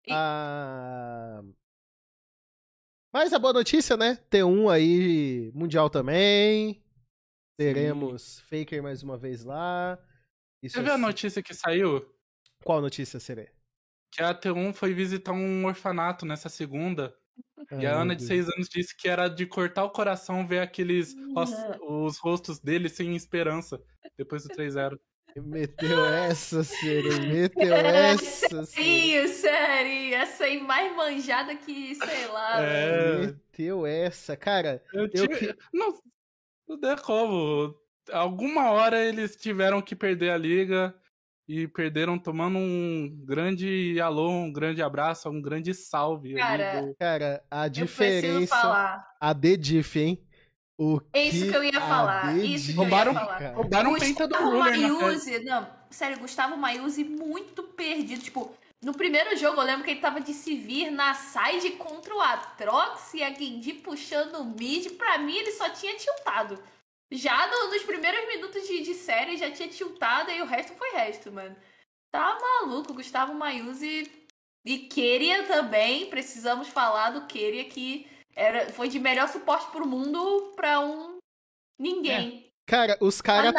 mas a boa notícia, né? T1 aí, Mundial também. Teremos Faker mais uma vez lá. Isso Você viu a notícia que saiu? Qual notícia, Serê? Que a T1 foi visitar um orfanato nessa segunda. E a Ana de 6 anos disse que era de cortar o coração ver aqueles os rostos deles sem esperança depois do 3-0. Meteu essa, Serê. Meteu essa, Serê. Sério. Essa aí mais manjada que, sei lá. Meteu essa. Cara, Não deu como. Alguma hora eles tiveram que perder a liga. E perderam tomando um grande alô, um grande abraço, um grande salve. Cara, a diferença. A D-Diff, hein? Isso que eu ia falar. Roubaram o penta do Ruler. Não, sério, Gustavo Maiuzzi muito perdido. Tipo, no primeiro jogo eu lembro que ele tava de se vir na side contra o Atrox e a Genji puxando o mid. Pra mim ele só tinha tiltado. Já nos primeiros minutos de série já tinha tiltado e o resto foi resto, mano. Tá maluco, Gustavo Maiuzzi e Keria também. Precisamos falar do Keria que foi de melhor suporte pro mundo pra um ninguém. Cara, os caras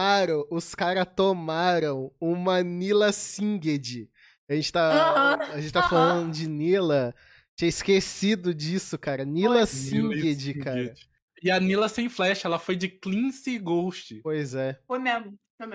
tomaram uma Nila Singed. A gente tá falando de Nila. Tinha esquecido disso, cara. Nila Singed, cara. E a Nila sem flash, ela foi de Cleanse Ghost. Pois é. Foi mesmo.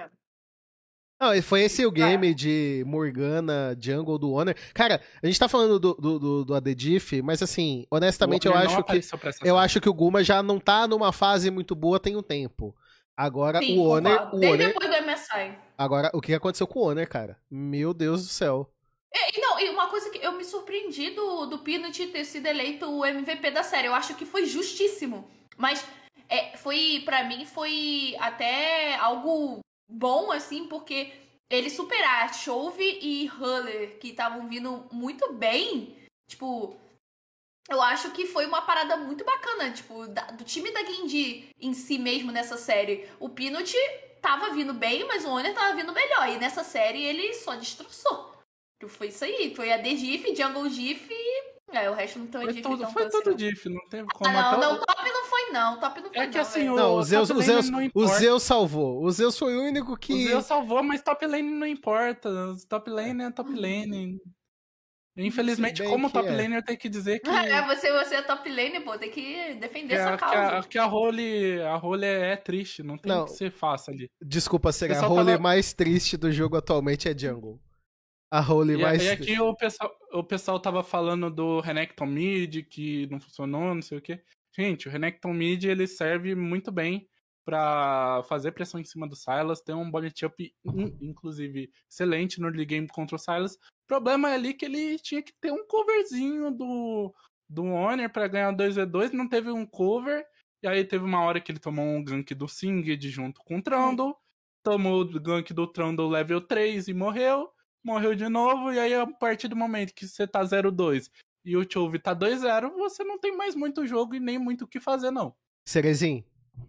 Não, e foi esse o game de Morgana, Jungle do Honor. Cara, a gente tá falando do AD-Diff, mas assim, honestamente, eu acho que o Guma já não tá numa fase muito boa tem um tempo. Agora, sim, o Honor... Desde depois do MSI. Agora, o que aconteceu com o Honor, cara? Meu Deus do céu. E uma coisa que eu me surpreendi do Peanut ter sido eleito o MVP da série. Eu acho que foi justíssimo. Mas pra mim foi até algo bom, assim, porque ele superar Chove e Huller, que estavam vindo muito bem, tipo, eu acho que foi uma parada muito bacana, tipo, do time da Genji em si mesmo nessa série. O Peanut tava vindo bem, mas o Honor tava vindo melhor, e nessa série ele só destroçou. Foi isso aí, foi a D-Diff, Jungle Diff e... o resto não tem Diff. Foi todo Diff, não teve como. Não, top não foi não, que assim, o Zeus salvou. O Zeus foi o único que... O Zeus salvou, mas top lane não importa. Top lane é top lane. Infelizmente, como top laner, eu tenho que dizer que... Você é top lane, pô, tem que defender essa causa. Que a role é triste, não tem que ser fácil ali. Desculpa, a role mais triste do jogo atualmente é Jungle. A role mais... E aqui o pessoal tava falando do Renekton Mid, que não funcionou, não sei o quê. Gente, o Renekton Mid, ele serve muito bem pra fazer pressão em cima do Sylas, tem um body up, inclusive, excelente no early game contra o Sylas. O problema é ali que ele tinha que ter um coverzinho do Honor pra ganhar 2v2, não teve um cover, e aí teve uma hora que ele tomou um gank do Singed junto com o Trundle, tomou o gank do Trundle level 3 e morreu de novo, e aí a partir do momento que você tá 0-2 e o Chove tá 2-0, você não tem mais muito jogo e nem muito o que fazer, não. Cerezinho,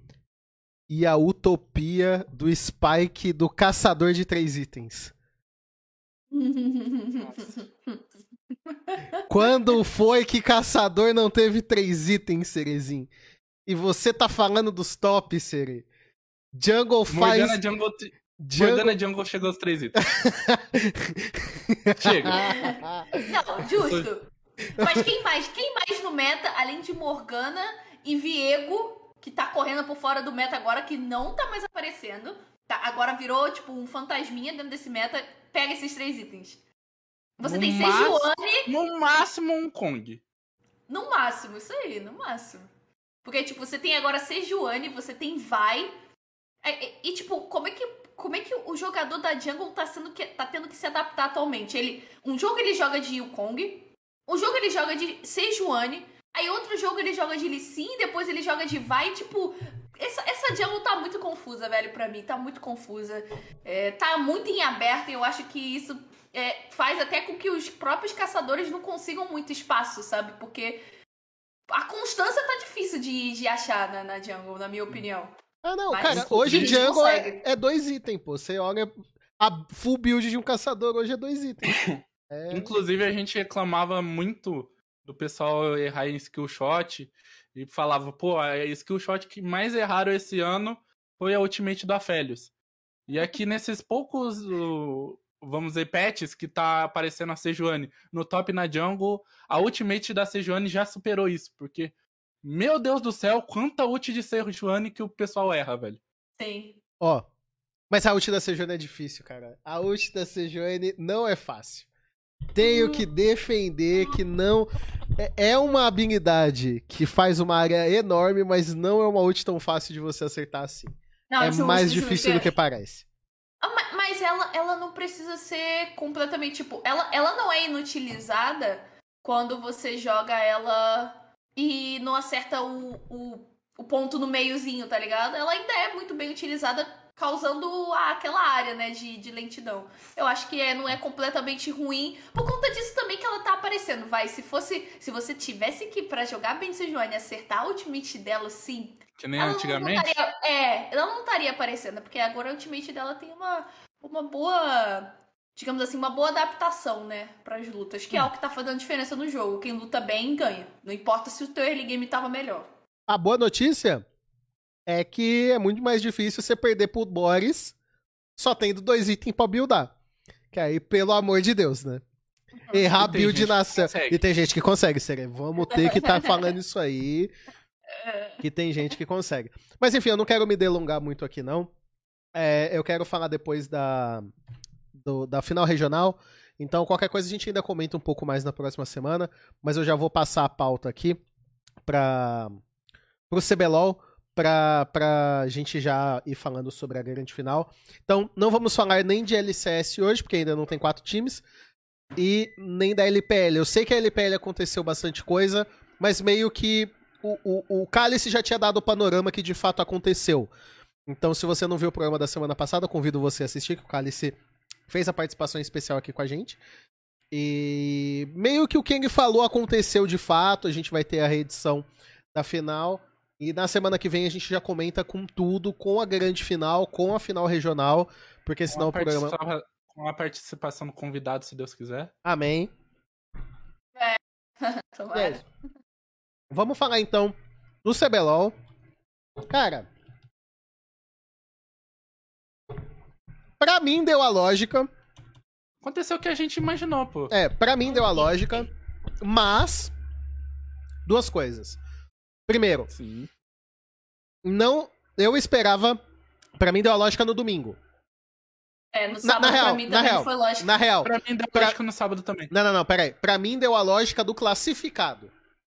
e a utopia do Spike do caçador de 3 itens? Quando foi que caçador não teve 3 itens, Cerezinho? E você tá falando dos tops, Cere. Jungle faz... Morgana Jungle chegou aos 3 itens. Chega. Não, justo. Mas quem mais no meta, além de Morgana e Viego, que tá correndo por fora do meta agora, que não tá mais aparecendo, tá, agora virou tipo um fantasminha dentro desse meta, pega esses 3 itens. Você tem Sejuani... No máximo um Kong. No máximo, isso aí, no máximo. Porque, tipo, você tem agora Sejuani, você tem Vi... E tipo, como é que o jogador da Jungle tá tendo que se adaptar atualmente? Um jogo ele joga de Wukong, um jogo ele joga de Sejuani, aí outro jogo ele joga de Lee Sin, depois ele joga de Vi, tipo... Essa essa jungle tá muito confusa, velho, pra mim. Tá muito confusa. Tá muito em aberto e eu acho que isso faz até com que os próprios caçadores não consigam muito espaço, sabe? Porque a constância tá difícil de achar na jungle, na minha opinião. Ah, não, Mas cara, hoje eles jungle conseguem. é 2 itens, pô. Você olha, a full build de um caçador hoje é 2 itens. Inclusive, a gente reclamava muito do pessoal errar em skill shot e falava, pô, a skill shot que mais erraram esse ano foi a ultimate do Aphelios. E aqui nesses poucos, vamos dizer, patches que tá aparecendo a Sejuani no top na jungle, a ultimate da Sejuani já superou isso, porque, meu Deus do céu, quanta ult de Sejuani que o pessoal erra, velho. Sim. Ó, mas a ult da Sejuani é difícil, cara. A ult da Sejuani não é fácil. Tenho que defender que não... É uma habilidade que faz uma área enorme, mas não é uma ult tão fácil de você acertar assim. Não, É mais difícil do que parece. Mas ela não precisa ser completamente, tipo... Ela não é inutilizada quando você joga ela e não acerta o ponto no meiozinho, tá ligado? Ela ainda é muito bem utilizada, causando aquela área, né, de lentidão. Eu acho que não é completamente ruim, por conta disso também que ela tá aparecendo, vai. Se você tivesse que, pra jogar bem Sejuani, acertar a ultimate dela, sim... Que nem antigamente? Ela não estaria aparecendo, porque agora a ultimate dela tem uma boa... Digamos assim, uma boa adaptação, né, pras lutas, que é o que tá fazendo diferença no jogo. Quem luta bem, ganha. Não importa se o teu early game tava melhor. A boa notícia é que é muito mais difícil você perder pro Boris só tendo 2 itens pra buildar. Que aí, pelo amor de Deus, né? Errar a build na céu. E tem gente que consegue, Seren. Vamos ter que estar falando isso aí. Que tem gente que consegue. Mas enfim, eu não quero me delongar muito aqui, não. Eu quero falar depois da final regional. Então, qualquer coisa a gente ainda comenta um pouco mais na próxima semana. Mas eu já vou passar a pauta aqui pro CBLOL. Pra gente já ir falando sobre a grande final. Então, não vamos falar nem de LCS hoje, porque ainda não tem 4 times, e nem da LPL. Eu sei que a LPL aconteceu bastante coisa, mas meio que o Cálice já tinha dado o panorama que de fato aconteceu. Então, se você não viu o programa da semana passada, convido você a assistir, que o Cálice fez a participação especial aqui com a gente. E meio que o Kang falou aconteceu de fato, a gente vai ter a reedição da final. E na semana que vem a gente já comenta com tudo, com a grande final, com a final regional, porque senão o programa... Com a participação do convidado, se Deus quiser. Amém. Tomara. Vamos falar então do CBLOL. Cara, pra mim deu a lógica. Aconteceu o que a gente imaginou, pô. Pra mim deu a lógica, mas... Duas coisas. Primeiro, Sim. eu esperava, pra mim deu a lógica no domingo. No sábado pra mim também foi lógica. Na real. Pra mim deu lógica no sábado também. Não, peraí. Pra mim deu a lógica do classificado.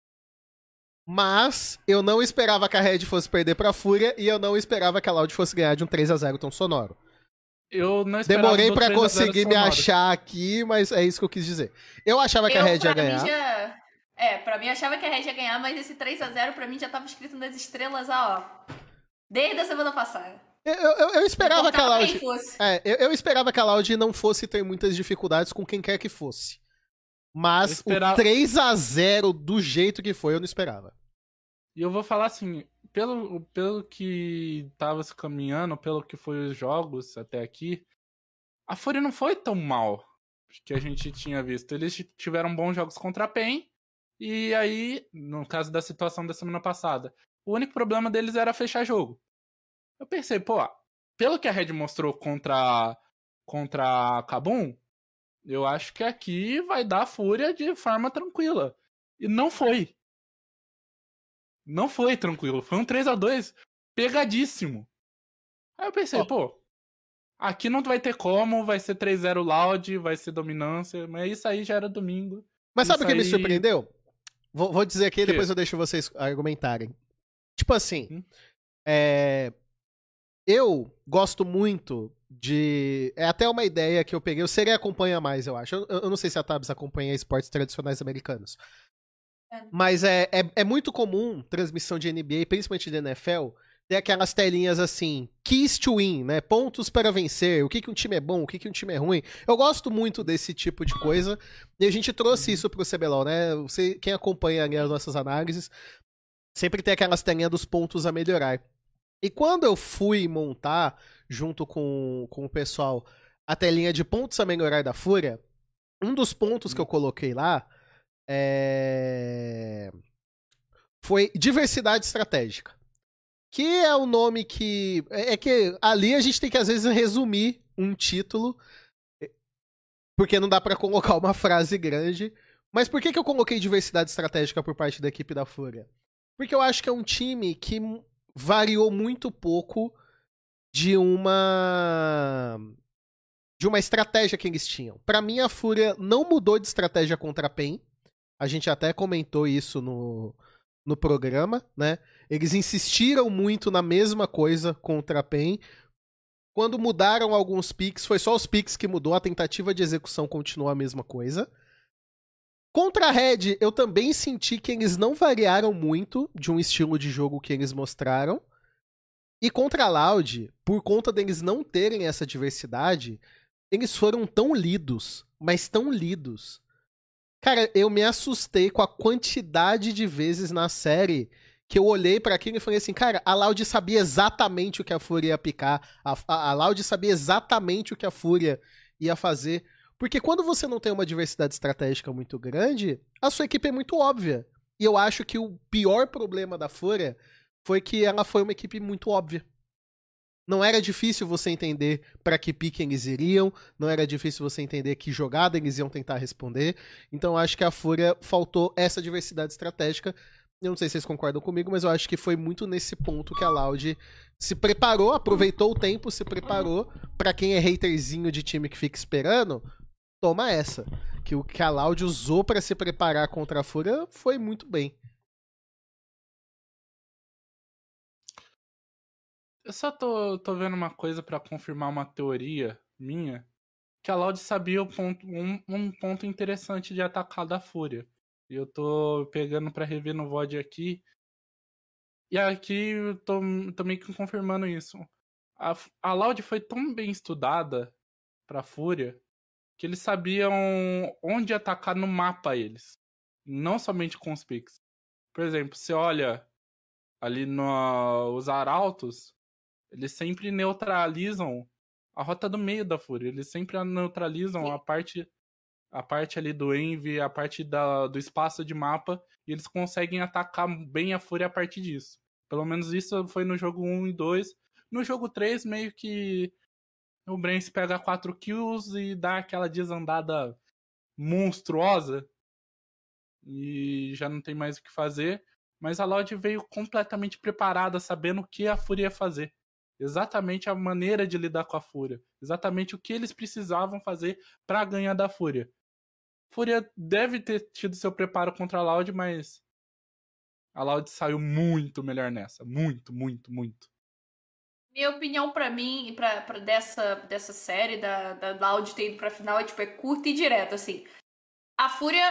Mas eu não esperava que a Red fosse perder pra Fúria e eu não esperava que a Loud fosse ganhar de um 3x0 tão sonoro. Eu não esperava. Demorei pra conseguir me achar aqui, mas é isso que eu quis dizer. Eu achava que a Red ia ganhar. Pra mim, eu achava que a Red ia ganhar, mas esse 3x0 pra mim já tava escrito nas estrelas, desde a semana passada. Eu esperava que a Loud... fosse. Eu esperava que a Loud não fosse ter muitas dificuldades com quem quer que fosse. Mas o 3x0 do jeito que foi, eu não esperava. E eu vou falar assim, pelo que tava se caminhando, pelo que foi os jogos até aqui, a Fúria não foi tão mal que a gente tinha visto. Eles tiveram bons jogos contra a PEN, e aí, no caso da situação da semana passada, o único problema deles era fechar jogo. Eu pensei, pelo que a Red mostrou contra a Kabum, eu acho que aqui vai dar a Fúria de forma tranquila. E não foi. Não foi tranquilo. Foi um 3x2 pegadíssimo. Aí eu pensei, aqui não vai ter como, vai ser 3-0 Loud, vai ser dominância, mas isso aí já era domingo. Mas sabe o que me surpreendeu? Vou dizer aqui e depois eu deixo vocês argumentarem. Tipo assim, eu gosto muito de... É até uma ideia que eu peguei, o Seren acompanha mais, eu acho. Eu não sei se a Tabs acompanha esportes tradicionais americanos. Mas é muito comum transmissão de NBA, principalmente de NFL, ter aquelas telinhas assim, keys to win, né? Pontos para vencer, o que um time é bom, o que um time é ruim. Eu gosto muito desse tipo de coisa, e a gente trouxe isso pro CBLOL, né? Quem acompanha ali as nossas análises, sempre tem aquelas telinhas dos pontos a melhorar. E quando eu fui montar, junto com o pessoal, a telinha de pontos a melhorar da Fúria, um dos pontos que eu coloquei lá foi diversidade estratégica. Que é o nome que... É que ali a gente tem que, às vezes, resumir um título, porque não dá pra colocar uma frase grande. Mas por que eu coloquei diversidade estratégica por parte da equipe da Fúria? Porque eu acho que é um time que variou muito pouco de uma estratégia que eles tinham. Pra mim, a Fúria não mudou de estratégia contra a PEN. A gente até comentou isso no programa, né? Eles insistiram muito na mesma coisa contra a PEN. Quando mudaram alguns picks, foi só os picks que mudou, a tentativa de execução continuou a mesma coisa. Contra a Red, eu também senti que eles não variaram muito de um estilo de jogo que eles mostraram. E contra a Loud, por conta deles não terem essa diversidade, eles foram tão lidos, mas tão lidos. Cara, eu me assustei com a quantidade de vezes na série que eu olhei pra aquilo e falei assim, cara, a Loud sabia exatamente o que a Fúria ia picar, a Loud sabia exatamente o que a Fúria ia fazer. Porque quando você não tem uma diversidade estratégica muito grande, a sua equipe é muito óbvia. E eu acho que o pior problema da Fúria foi que ela foi uma equipe muito óbvia. Não era difícil você entender para que pique eles iriam, não era difícil você entender que jogada eles iam tentar responder. Então eu acho que a Fúria faltou essa diversidade estratégica. Eu não sei se vocês concordam comigo, mas eu acho que foi muito nesse ponto que a Loud se preparou, aproveitou o tempo, se preparou. Para quem é haterzinho de time que fica esperando, toma essa. Que o que a Loud usou para se preparar contra a Fúria foi muito bem. Eu só tô vendo uma coisa pra confirmar uma teoria minha, que a Loud sabia um ponto interessante de atacar da Fúria. E eu tô pegando pra rever no VOD aqui. E aqui eu tô meio que confirmando isso. A Loud foi tão bem estudada pra Fúria que eles sabiam onde atacar no mapa eles. Não somente com os picks. Por exemplo, você olha ali nos arautos, eles sempre neutralizam a rota do meio da Fúria. Eles sempre neutralizam a parte ali do Envy, a parte do espaço de mapa, e eles conseguem atacar bem a Fúria a partir disso. Pelo menos isso foi no jogo 1 e 2. No jogo 3, meio que o Brence pega 4 kills e dá aquela desandada monstruosa. E já não tem mais o que fazer. Mas a Loud veio completamente preparada, sabendo o que a Fúria ia fazer. Exatamente a maneira de lidar com a Fúria. Exatamente o que eles precisavam fazer para ganhar da Fúria. Fúria deve ter tido seu preparo contra a Loud, mas a Loud saiu muito melhor nessa. Muito, muito, muito. Minha opinião pra mim, dessa série, da Loud ter ido pra final, é curta e direta, assim. A Fúria,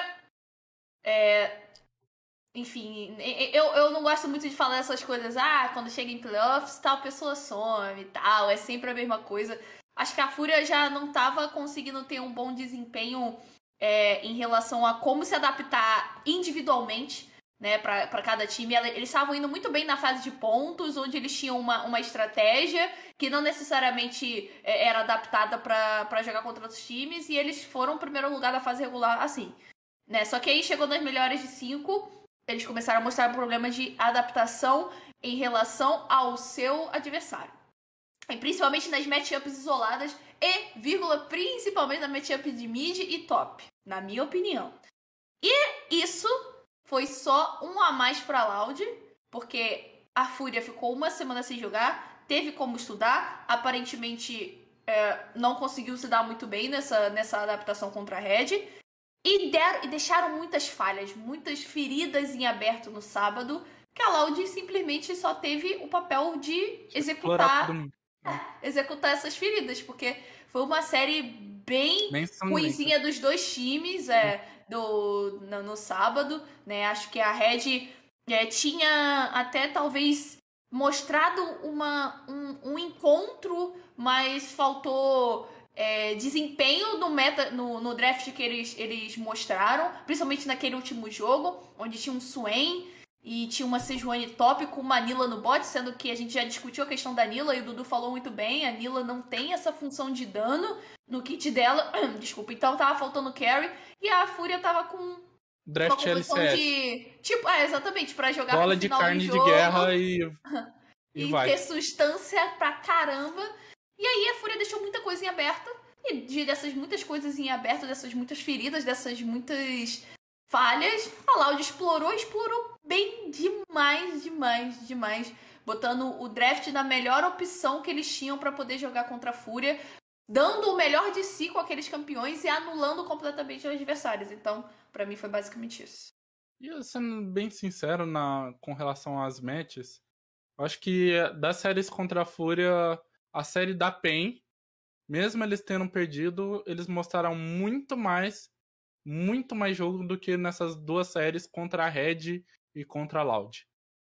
enfim, eu não gosto muito de falar essas coisas, quando chega em playoffs, tal pessoa some e tal, é sempre a mesma coisa. Acho que a Fúria já não tava conseguindo ter um bom desempenho em relação a como se adaptar individualmente, né, pra cada time. Eles estavam indo muito bem na fase de pontos, onde eles tinham uma estratégia que não necessariamente era adaptada pra jogar contra outros times, e eles foram o primeiro lugar da fase regular assim, né? Só que aí chegou nas melhores de 5, eles começaram a mostrar um problema de adaptação em relação ao seu adversário. E principalmente nas matchups isoladas principalmente na matchup de mid e top, na minha opinião. E isso foi só um a mais pra Loud, porque a Fúria ficou uma semana sem jogar, teve como estudar, aparentemente não conseguiu se dar muito bem nessa adaptação contra a Red, e deixaram muitas falhas, muitas feridas em aberto no sábado, que a Loud simplesmente só teve o papel de executar essas feridas, porque foi uma série bem ruinzinha dos dois times no sábado, né? Acho que a Red tinha até talvez mostrado um encontro, mas faltou desempenho no draft que eles mostraram, principalmente naquele último jogo, onde tinha um Swain e tinha uma Sejuani top com uma Nila no bot, sendo que a gente já discutiu a questão da Nila e o Dudu falou muito bem, a Nila não tem essa função de dano no kit dela, desculpa, então tava faltando carry, e a Fúria tava com draft uma composição LCS. de... Tipo, exatamente, pra jogar bola pro de final carne do jogo, de guerra e vai. ter substância pra caramba. E aí a Fúria deixou muita coisa em aberto. E dessas muitas coisas em aberto, dessas muitas feridas, dessas muitas falhas, a Loud explorou bem demais. Botando o draft na melhor opção que eles tinham pra poder jogar contra a Fúria, dando o melhor de si com aqueles campeões e anulando completamente os adversários. Então, pra mim foi basicamente isso. E eu sendo bem sincero com relação às matches, eu acho que das séries contra a Fúria, a série da PEN, mesmo eles tendo perdido, eles mostraram muito mais jogo do que nessas duas séries contra a Red e contra a Loud.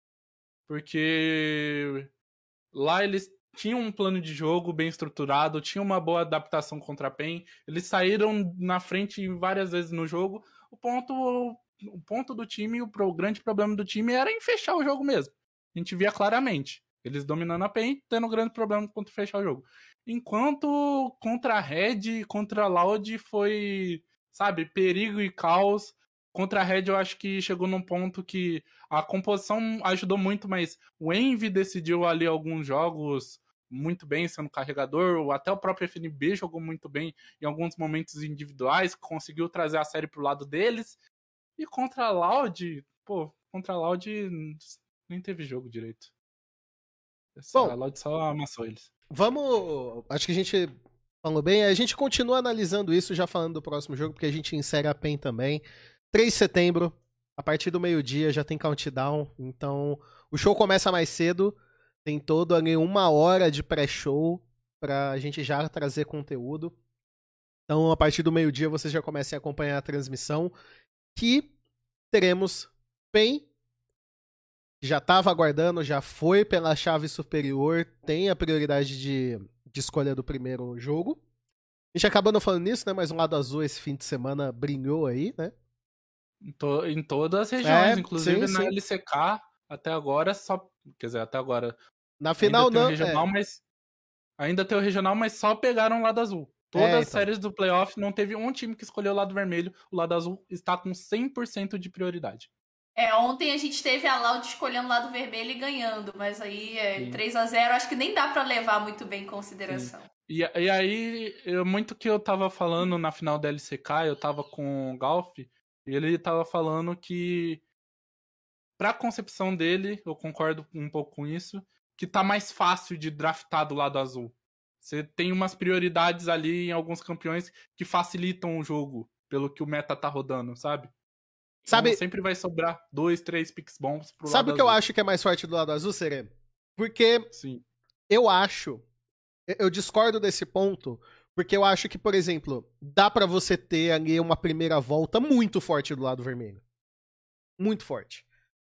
Porque lá eles tinham um plano de jogo bem estruturado, tinham uma boa adaptação contra a PEN, eles saíram na frente várias vezes no jogo. O ponto do time, o grande problema do time era em fechar o jogo mesmo. A gente via claramente. Eles dominando a PEN, tendo um grande problema contra fechar o jogo. Enquanto contra a Red e contra a Loud foi, sabe, perigo e caos. Contra a Red eu acho que chegou num ponto que a composição ajudou muito, mas o Envy decidiu ali alguns jogos muito bem sendo carregador, até o próprio FNB jogou muito bem em alguns momentos individuais, conseguiu trazer a série pro lado deles. E contra a Loud, nem teve jogo direito. Bom, a Loud só amassou eles. Acho que a gente falou bem. A gente continua analisando isso, já falando do próximo jogo, porque a gente insere a PEN também. 3 de setembro, a partir do meio-dia, já tem countdown. Então, o show começa mais cedo. Tem todo ali 1 hora de pré-show pra gente já trazer conteúdo. Então, a partir do meio-dia, vocês já comecem a acompanhar a transmissão. Que teremos PEN, que já estava aguardando, já foi pela chave superior, tem a prioridade de escolha do primeiro jogo. A gente acabou não falando nisso, né? Mas o lado azul esse fim de semana brilhou aí, né? Em todas as regiões, inclusive sim. na LCK, até agora só... Quer dizer, até agora... Na final não... Ainda tem o regional, mas só pegaram o lado azul. Todas as séries do playoff não teve um time que escolheu o lado vermelho. O lado azul está com 100% de prioridade. Ontem a gente teve a Loud escolhendo o lado vermelho e ganhando, mas aí 3-0, acho que nem dá pra levar muito bem em consideração. E aí, muito que eu tava falando na final da LCK, eu tava com o Golf, e ele tava falando que, pra concepção dele, eu concordo um pouco com isso, que tá mais fácil de draftar do lado azul. Você tem umas prioridades ali em alguns campeões que facilitam o jogo, pelo que o meta tá rodando, sabe? Então sempre vai sobrar 2, 3 picks bons pro lado azul. Sabe o que eu acho que é mais forte do lado azul, Serê? Porque eu discordo desse ponto, porque eu acho que, por exemplo, dá pra você ter ali uma primeira volta muito forte do lado vermelho. Muito forte.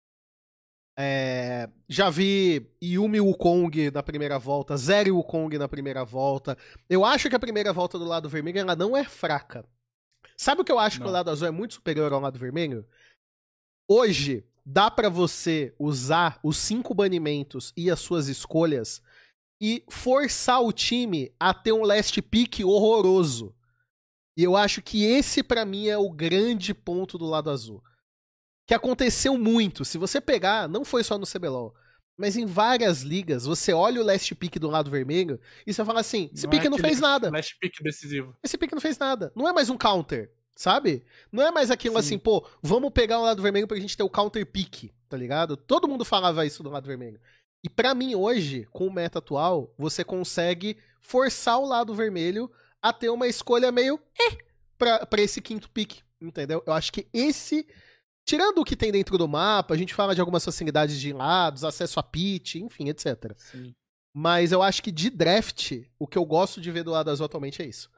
Já vi Yumi Wukong na primeira volta, Zeri Wukong na primeira volta. Eu acho que a primeira volta do lado vermelho ela não é fraca. Sabe o que eu acho que o lado azul é muito superior ao lado vermelho? Hoje, dá pra você usar os 5 banimentos e as suas escolhas e forçar o time a ter um last pick horroroso. E eu acho que esse pra mim é o grande ponto do lado azul. Que aconteceu muito. Se você pegar, não foi só no CBLOL, mas em várias ligas, você olha o last pick do lado vermelho e você fala assim, esse pick não fez nada. Last pick decisivo. Esse pick não fez nada. Não é mais um counter, sabe? Não é mais aquilo assim, pô, vamos pegar o lado vermelho pra gente ter o counter pick, tá ligado? Todo mundo falava isso do lado vermelho. E pra mim hoje, com o meta atual, você consegue forçar o lado vermelho a ter uma escolha meio pra esse quinto pick, entendeu? Eu acho que esse... Tirando o que tem dentro do mapa, a gente fala de algumas facilidades de lados, acesso a pitch, enfim, etc. Sim. Mas eu acho que de draft, o que eu gosto de ver do lado azul atualmente é isso.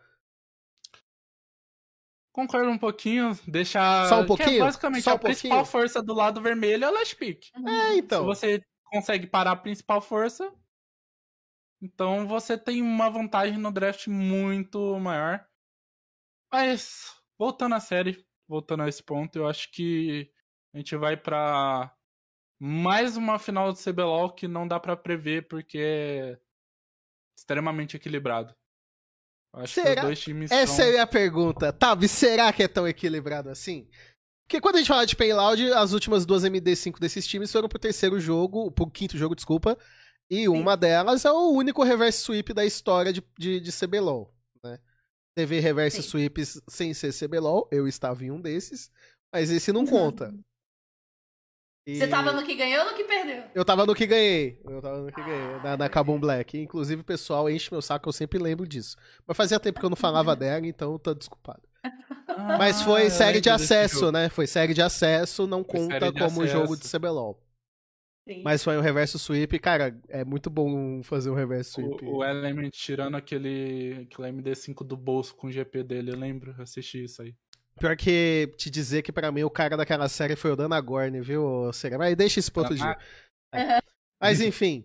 Concordo um pouquinho, deixar... Só um pouquinho? Que é basicamente Só a principal força do lado vermelho é o last pick. Então. Se você consegue parar a principal força. Então você tem uma vantagem no draft muito maior. Mas, voltando à série, voltando a esse ponto, eu acho que a gente vai pra mais uma final do CBLOL que não dá pra prever porque é extremamente equilibrado. Eu acho que os dois times Essa é a minha pergunta. Tabi, será que é tão equilibrado assim? Porque quando a gente fala de Payload, as últimas duas MD5 desses times foram pro quinto jogo, desculpa. E uma delas é o único reverse sweep da história de CBLOL, né? Teve reverse sweeps sem ser CBLOL, eu estava em um desses, mas esse não conta. Você tava no que ganhou ou no que perdeu? Eu tava no que ganhei. Na Kabum Black. Inclusive, o pessoal enche meu saco, eu sempre lembro disso. Mas fazia tempo que eu não falava dela, então tô desculpado. Mas foi série de acesso, né? Foi série de acesso, não conta como jogo de CBLOL. Sim. Mas foi um reverso sweep, cara, é muito bom fazer um reverso sweep. O Element tirando aquele MD5 do bolso com o GP dele, eu lembro, eu assisti isso aí. Pior que te dizer que pra mim o cara daquela série foi o Danagorn, viu, Será? Mas deixa esse ponto de... Mas enfim.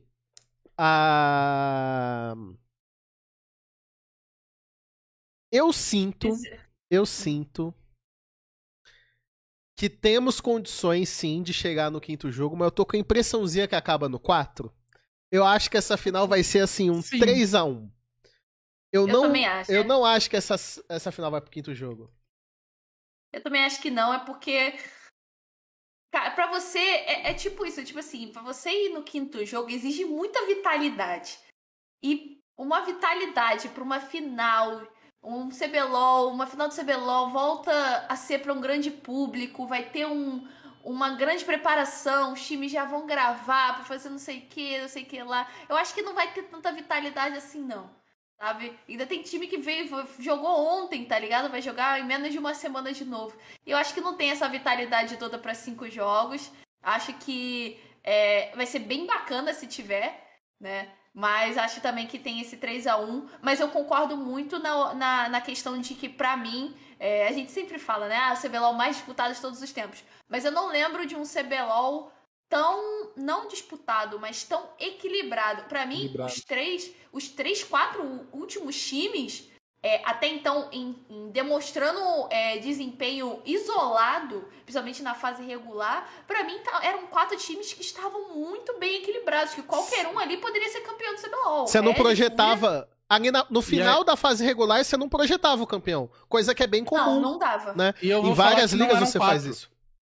Eu sinto que temos condições, sim, de chegar no quinto jogo, mas eu tô com a impressãozinha que acaba no 4. Eu acho que essa final vai ser, assim, um 3-1. Eu também acho. Eu não acho que essa final vai pro quinto jogo. Eu também acho que não, é porque... Cara, pra você, é tipo isso, tipo assim, pra você ir no quinto jogo exige muita vitalidade. E uma vitalidade pra uma final... Um CBLOL, uma final do CBLOL volta a ser para um grande público, vai ter uma grande preparação, os times já vão gravar para fazer não sei o que lá. Eu acho que não vai ter tanta vitalidade assim, não, sabe? Ainda tem time que jogou ontem, tá ligado? Vai jogar em menos de uma semana de novo. E eu acho que não tem essa vitalidade toda para 5 jogos. Acho que vai ser bem bacana se tiver, né? Mas acho também que tem esse 3-1. Mas eu concordo muito na questão de que, pra mim, a gente sempre fala, né? O CBLOL mais disputado de todos os tempos. Mas eu não lembro de um CBLOL tão, não disputado, mas tão equilibrado. Pra mim, os 4 últimos times... até então, demonstrando desempenho isolado, principalmente na fase regular, pra mim eram 4 times que estavam muito bem equilibrados, que qualquer um ali poderia ser campeão do CBLOL. Você não projetava... Ali no final da fase regular, você não projetava o campeão. Coisa que é bem comum. Não dava. Né? Em várias ligas você faz isso.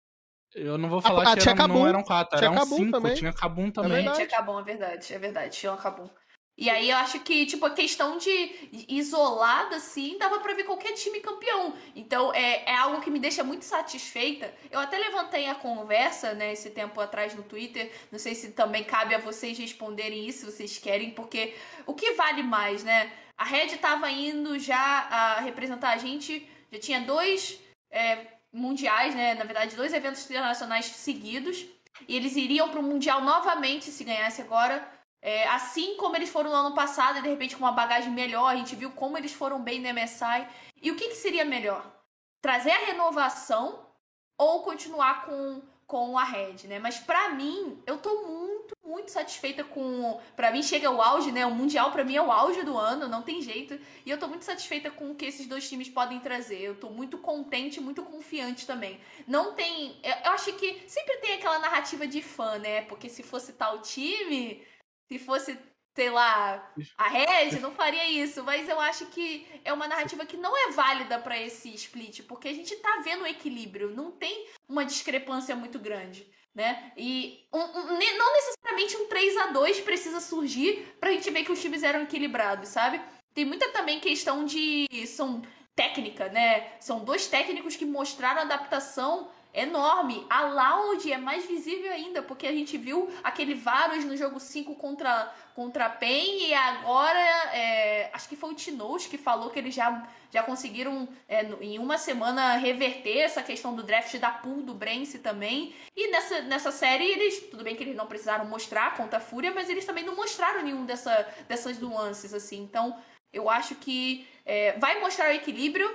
Eu não vou falar que não eram 4, eram 5. Também. Tinha Kabum também. Tinha Kabum, é verdade. Tinha Kabum. E aí eu acho que, tipo, a questão de isolada, assim, dava pra ver qualquer time campeão. Então, é algo que me deixa muito satisfeita. Eu até levantei a conversa, né, esse tempo atrás no Twitter. Não sei se também cabe a vocês responderem isso, se vocês querem, porque o que vale mais, né? A Red tava indo já a representar a gente, já tinha 2 mundiais, né? Na verdade, 2 eventos internacionais seguidos. E eles iriam pro Mundial novamente, se ganhasse agora... assim como eles foram no ano passado e de repente com uma bagagem melhor, a gente viu como eles foram bem no MSI. E o que seria melhor? Trazer a renovação ou continuar com a Red, né? Mas pra mim, eu tô muito satisfeita com... Pra mim chega o auge, né? O Mundial pra mim é o auge do ano, não tem jeito. E eu tô muito satisfeita com o que esses 2 times podem trazer. Eu tô muito contente, muito confiante também. Não tem... Eu acho que sempre tem aquela narrativa de fã, né? Porque se fosse tal time... Se fosse, sei lá, a Red, não faria isso. Mas eu acho que é uma narrativa que não é válida pra esse split. Porque a gente tá vendo o equilíbrio. Não tem uma discrepância muito grande, né? E não necessariamente um 3-2 precisa surgir pra gente ver que os times eram equilibrados, sabe? Tem muita também questão de... São técnica, né? São 2 técnicos que mostraram adaptação... enorme. A Loud é mais visível ainda, porque a gente viu aquele Varus no jogo 5 contra a PEN e agora acho que foi o Tinoz que falou que eles já conseguiram em uma semana reverter essa questão do draft da pool do Brence também. E nessa série tudo bem que eles não precisaram mostrar contra a Fúria, mas eles também não mostraram nenhum dessas nuances assim. Então eu acho que vai mostrar o equilíbrio.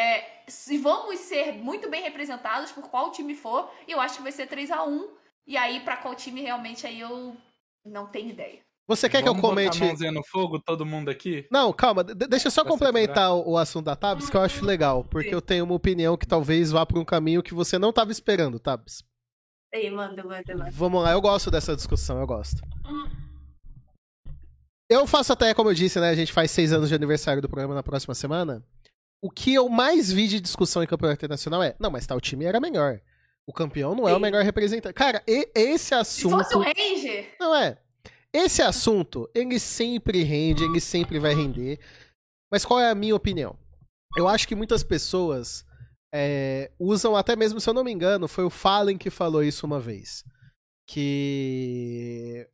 Se vamos ser muito bem representados por qual time for, eu acho que vai ser 3-1. E aí, pra qual time realmente aí eu Não tenho ideia. Você quer que eu comente... Vamos botar a mãozinha no fogo, todo mundo aqui? Não, calma, deixa eu só complementar o assunto da Tabs, que eu acho legal, porque eu tenho uma opinião que talvez vá para um caminho que você não estava esperando, Tabs. Ei, manda. Vamos lá, eu gosto dessa discussão, eu gosto. Eu faço até, como eu disse, né, a gente faz 6 anos de aniversário do programa na próxima semana. O que eu mais vi de discussão em campeonato internacional é, não, mas tal time era melhor. O campeão não é o melhor representante. Cara, esse assunto... Se fosse o Ranger... Não é... Esse assunto, ele sempre rende, ele sempre vai render. Mas qual é a minha opinião? Eu acho que muitas pessoas usam, até mesmo, se eu não me engano, foi o Fallen que falou isso uma vez. Que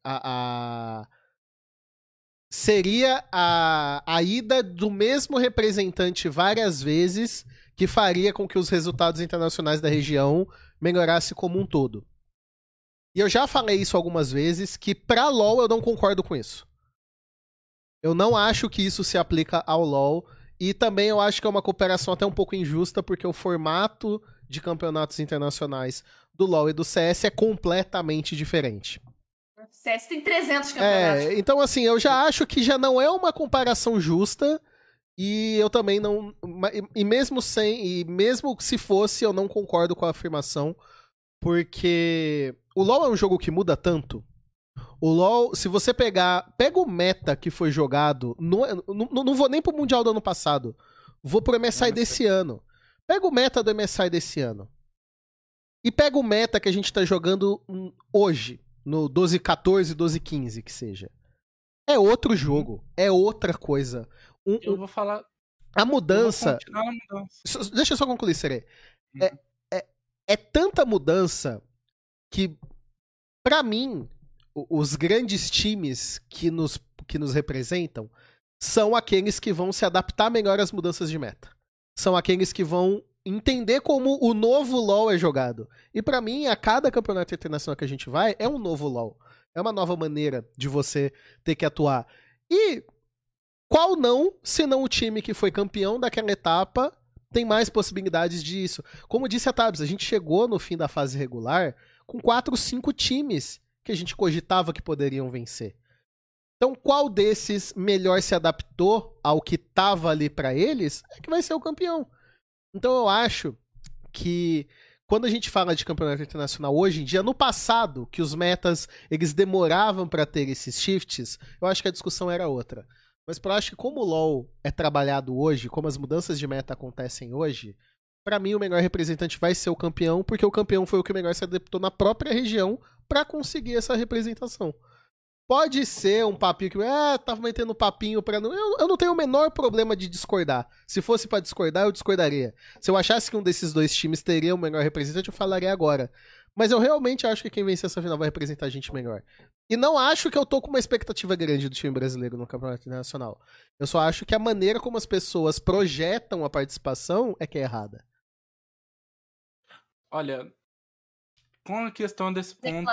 seria a ida do mesmo representante várias vezes que faria com que os resultados internacionais da região melhorassem como um todo. E eu já falei isso algumas vezes, que pra LoL eu não concordo com isso. Eu não acho que isso se aplica ao LoL. E também eu acho que é uma cooperação até um pouco injusta, porque o formato de campeonatos internacionais do LoL e do CS é completamente diferente. O CS tem 300 campeonatos. Então assim, eu já acho que já não é uma comparação justa. E eu também não... E mesmo se fosse, eu não concordo com a afirmação. Porque o LoL é um jogo que muda tanto. O LoL, se você pega o meta que foi jogado, não vou nem pro Mundial do ano passado, vou pro MSI desse ano. Pega o meta do MSI desse ano. E pega o meta que a gente tá jogando hoje, no 12-14, 12-15, que seja. É outro jogo, é outra coisa. Eu vou falar... A mudança... Deixa eu só concluir, Serê. É tanta mudança que, pra mim, os grandes times que nos representam são aqueles que vão se adaptar melhor às mudanças de meta. São aqueles que vão entender como o novo LoL é jogado. E pra mim, a cada campeonato internacional que a gente vai, é um novo LoL. É uma nova maneira de você ter que atuar. E qual não, se não o time que foi campeão daquela etapa... tem mais possibilidades disso. Como disse a Tabs, a gente chegou no fim da fase regular com 4, 5 times que a gente cogitava que poderiam vencer. Então, qual desses melhor se adaptou ao que tava ali pra eles é que vai ser o campeão. Então, eu acho que quando a gente fala de campeonato internacional hoje em dia, no passado, que os metas eles demoravam pra ter esses shifts, eu acho que a discussão era outra. Mas eu acho que como o LoL é trabalhado hoje, como as mudanças de meta acontecem hoje, pra mim o melhor representante vai ser o campeão, porque o campeão foi o que melhor se adaptou na própria região pra conseguir essa representação. Pode ser um papinho que... tava metendo papinho pra... Eu não tenho o menor problema de discordar. Se fosse pra discordar, eu discordaria. Se eu achasse que um desses dois times teria o melhor representante, eu falaria agora. Mas eu realmente acho que quem vencer essa final vai representar a gente melhor. E não acho que eu tô com uma expectativa grande do time brasileiro no Campeonato Internacional. Eu só acho que a maneira como as pessoas projetam a participação é que é errada. Olha, com a questão desse ponto,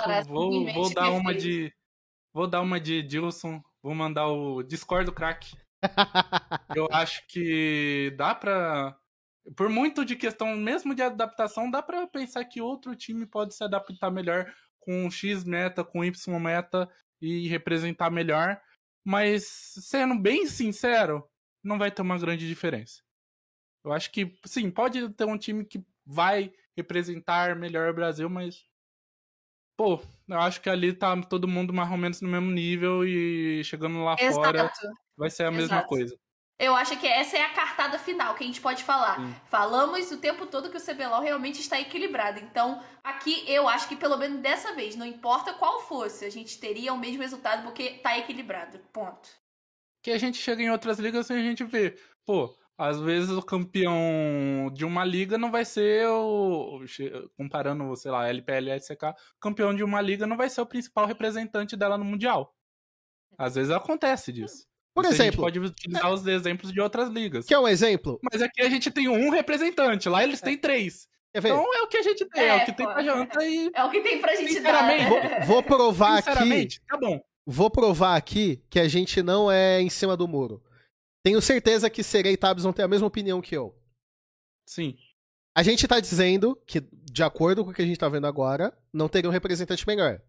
vou dar uma de Dilson, vou mandar o Discord do crack. Eu acho que dá pra... Por muito de questão, mesmo de adaptação, dá pra pensar que outro time pode se adaptar melhor com X meta, com Y meta e representar melhor. Mas, sendo bem sincero, não vai ter uma grande diferença. Eu acho que, sim, pode ter um time que vai representar melhor o Brasil, mas... Pô, eu acho que ali tá todo mundo mais ou menos no mesmo nível e chegando lá fora vai ser a mesma coisa. Eu acho que essa é a cartada final que a gente pode falar. Falamos o tempo todo que o CBLOL realmente está equilibrado. Então, aqui eu acho que pelo menos dessa vez, não importa qual fosse, a gente teria o mesmo resultado porque tá equilibrado. Ponto. Que a gente chega em outras ligas e a gente vê, pô, às vezes o campeão de uma liga não vai ser comparando, sei lá, LPL e SK, o campeão de uma liga não vai ser o principal representante dela no Mundial. Às vezes acontece disso. Por exemplo, a gente pode utilizar os exemplos de outras ligas. Que é um exemplo? Mas aqui a gente tem um representante, lá eles têm 3. Então é o que a gente tem, é o que tem pra janta e... É o que tem pra gente dar, né? Vou provar aqui... Tá bom. Vou provar aqui que a gente não é em cima do muro. Tenho certeza que Serei e Tabs vão ter a mesma opinião que eu. Sim. A gente tá dizendo que, de acordo com o que a gente tá vendo agora, não teria um representante melhor.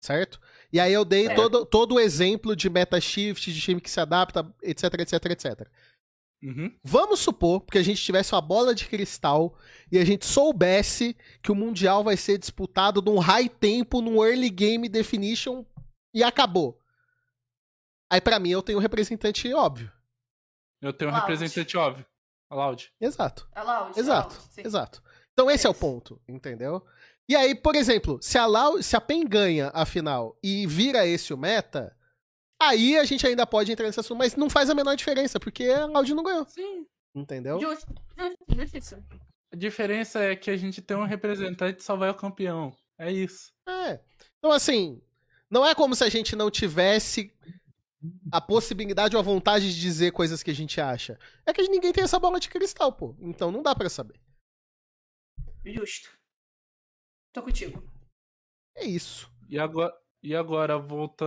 certo? E aí eu dei Certo. todo o exemplo de meta shift, de time que se adapta, etc, etc, etc. Uhum. Vamos supor que a gente tivesse uma bola de cristal e a gente soubesse que o Mundial vai ser disputado num high tempo, num early game definition e acabou. Aí pra mim eu tenho um representante óbvio. Eu tenho um Loud. representante óbvio. A Loud. Exato. É Loud, Exato. é Loud, sim. Exato. Então esse é o Isso. ponto, entendeu? E aí, por exemplo, se a PEN ganha a final e vira esse o meta, aí a gente ainda pode entrar nesse assunto, mas não faz a menor diferença, porque a Loud não ganhou, Sim. entendeu? Justiça. A diferença é que a gente tem um representante e só vai o campeão. É isso. É. Então, assim, não é como se a gente não tivesse a possibilidade ou a vontade de dizer coisas que a gente acha. É que ninguém tem essa bola de cristal, pô. Então não dá pra saber. Justo. Tô contigo. É isso. E agora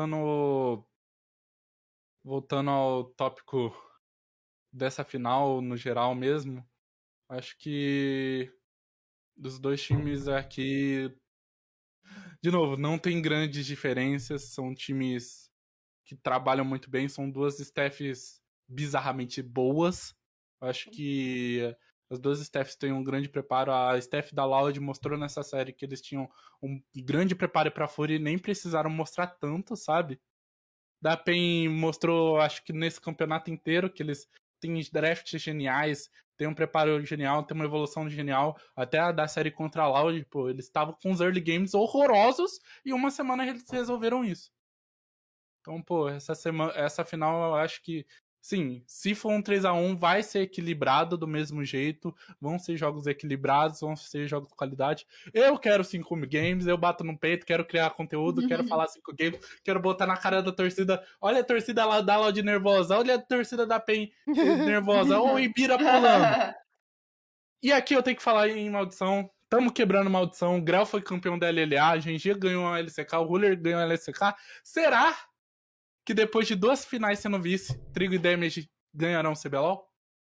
voltando ao tópico dessa final, no geral mesmo, acho que dos dois times aqui, de novo, não tem grandes diferenças, são times que trabalham muito bem, são duas staffs bizarramente boas. Acho que as duas staffs têm um grande preparo. A staff da Loud mostrou nessa série que eles tinham um grande preparo pra Fúria e nem precisaram mostrar tanto, sabe? Da PEN mostrou, acho que nesse campeonato inteiro, que eles têm drafts geniais, têm um preparo genial, têm uma evolução genial. Até a da série contra a Loud, pô, eles estavam com os early games horrorosos e uma semana eles resolveram isso. Então, pô, essa final eu acho que, sim, se for um 3-1, vai ser equilibrado do mesmo jeito, vão ser jogos equilibrados, vão ser jogos de qualidade. Eu quero 5 games, eu bato no peito, quero criar conteúdo, quero falar 5 games, quero botar na cara da torcida, olha a torcida lá da Loud nervosa, olha a torcida da PEN nervosa, olha o Ibira pulando. E aqui eu tenho que falar em maldição. Tamo quebrando maldição. O Grell foi campeão da LLA. A Genji ganhou a LCK. O Ruler ganhou a LCK. Será que depois de 2 finais sendo vice, Trigo e Damage ganharão o CBLOL?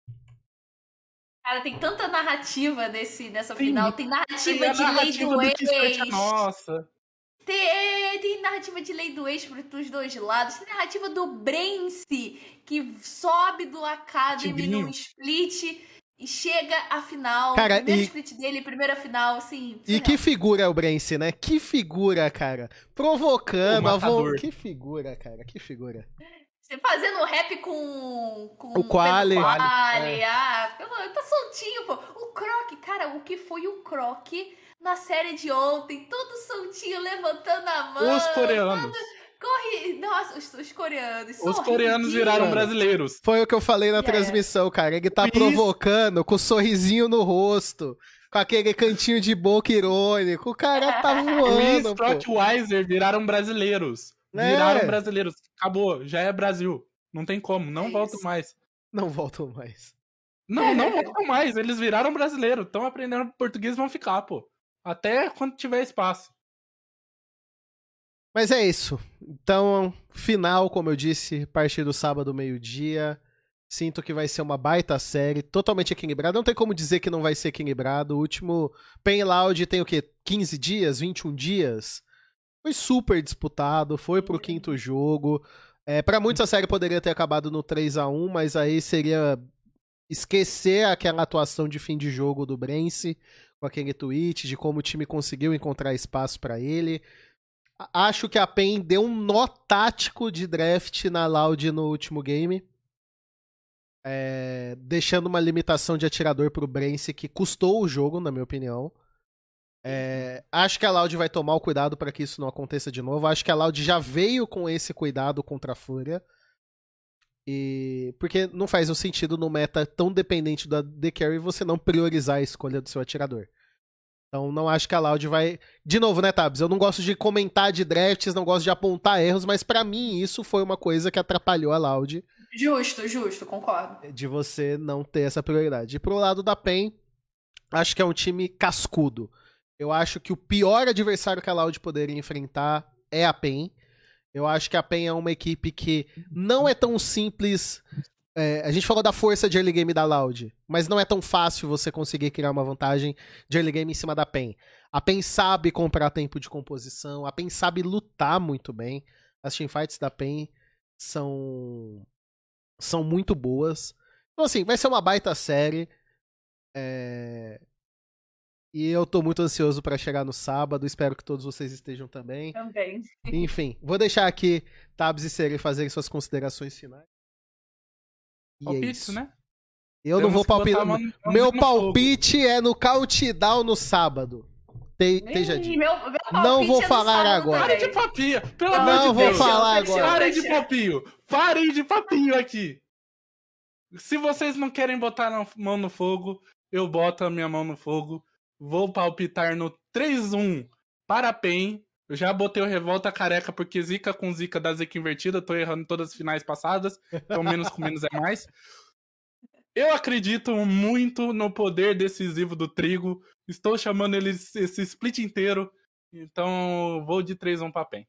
Cara, tem tanta narrativa nessa Tem final. Tem narrativa Tem a de lei narrativa do do que sorte ex. é nossa. Tem narrativa de lei do ex pros dois lados. Tem narrativa do Brence, que sobe do Academy Tigrinho. num split e chega à final. Cara, Primeiro e- split dele, primeira final, assim. E que figura é o Brence, né? Que figura, cara. Provocando O matador. Que figura, cara. Que figura. Você fazendo rap com O Quali. Pedro É. Ah, tá soltinho, pô. O Croc, cara, o que foi o Croc na série de ontem? Todo soltinho, levantando a mão. Os coreanos. Corre. Nossa, os coreanos. Os coreanos sorridinho. viraram Mano. brasileiros. Foi o que eu falei na Yeah. transmissão, cara. Ele tá Isso. provocando com o sorrisinho no rosto, com aquele cantinho de boca irônico. O cara tá Luiz, voando, pô. Croc e Weiser viraram brasileiros. É. Viraram brasileiros. Acabou. Já é Brasil. Não tem como. Não É voltam isso. mais. Não voltam mais. Não voltam mais. Eles viraram brasileiro. Estão aprendendo português e vão ficar, pô. Até quando tiver espaço. Mas é isso. Então, final, como eu disse, a partir do sábado, meio-dia. Sinto que vai ser uma baita série, totalmente equilibrada. Não tem como dizer que não vai ser equilibrado. O último Pen Loud tem o quê? 15 dias? 21 dias? Foi super disputado, foi pro quinto jogo. Pra muitos a série poderia ter acabado no 3-1, mas aí seria esquecer aquela atuação de fim de jogo do Brence, com aquele tweet de como o time conseguiu encontrar espaço pra ele. Acho que a PEN deu um nó tático de draft na Loud no último game. Deixando uma limitação de atirador pro Brence que custou o jogo, na minha opinião. Acho que a Loud vai tomar o cuidado para que isso não aconteça de novo. Acho que a Loud já veio com esse cuidado contra a Fúria. Porque não faz um sentido no meta tão dependente da The Carry você não priorizar a escolha do seu atirador. Então não acho que a Loud vai... De novo, né, Tabs? Eu não gosto de comentar de drafts, não gosto de apontar erros, mas pra mim isso foi uma coisa que atrapalhou a Loud. Justo, concordo. De você não ter essa prioridade. E pro lado da PEN, acho que é um time cascudo. Eu acho que o pior adversário que a Loud poderia enfrentar é a PEN. Eu acho que a PEN é uma equipe que não é tão simples A gente falou da força de early game da Loud, mas não é tão fácil você conseguir criar uma vantagem de early game em cima da PEN. A PEN sabe comprar tempo de composição, a PEN sabe lutar muito bem. As teamfights da PEN são muito boas. Então, assim, vai ser uma baita série. E eu tô muito ansioso pra chegar no sábado. Espero que todos vocês estejam também. Também. Enfim, vou deixar aqui Tabs e Seri fazerem suas considerações finais. E Palpite, é isso. né? Eu não vou palpitar. Meu palpite fogo. é no countdown no sábado. Esteja dito. Meu Não vou palpite é no falar sábado agora. Parem de também. papinho! Pelo Não amor de vou Deus! falar agora. Parem de papinho! Parem de papinho aqui! Se vocês não querem botar a mão no fogo, eu boto a minha mão no fogo. Vou palpitar no 3-1 para a PEN. Eu já botei o Revolta Careca porque zica com zica dá zica invertida. Tô errando todas as finais passadas. Então menos com menos é mais. Eu acredito muito no poder decisivo do Trigo. Estou chamando ele esse split inteiro. Então vou de 3-1 pra PEN.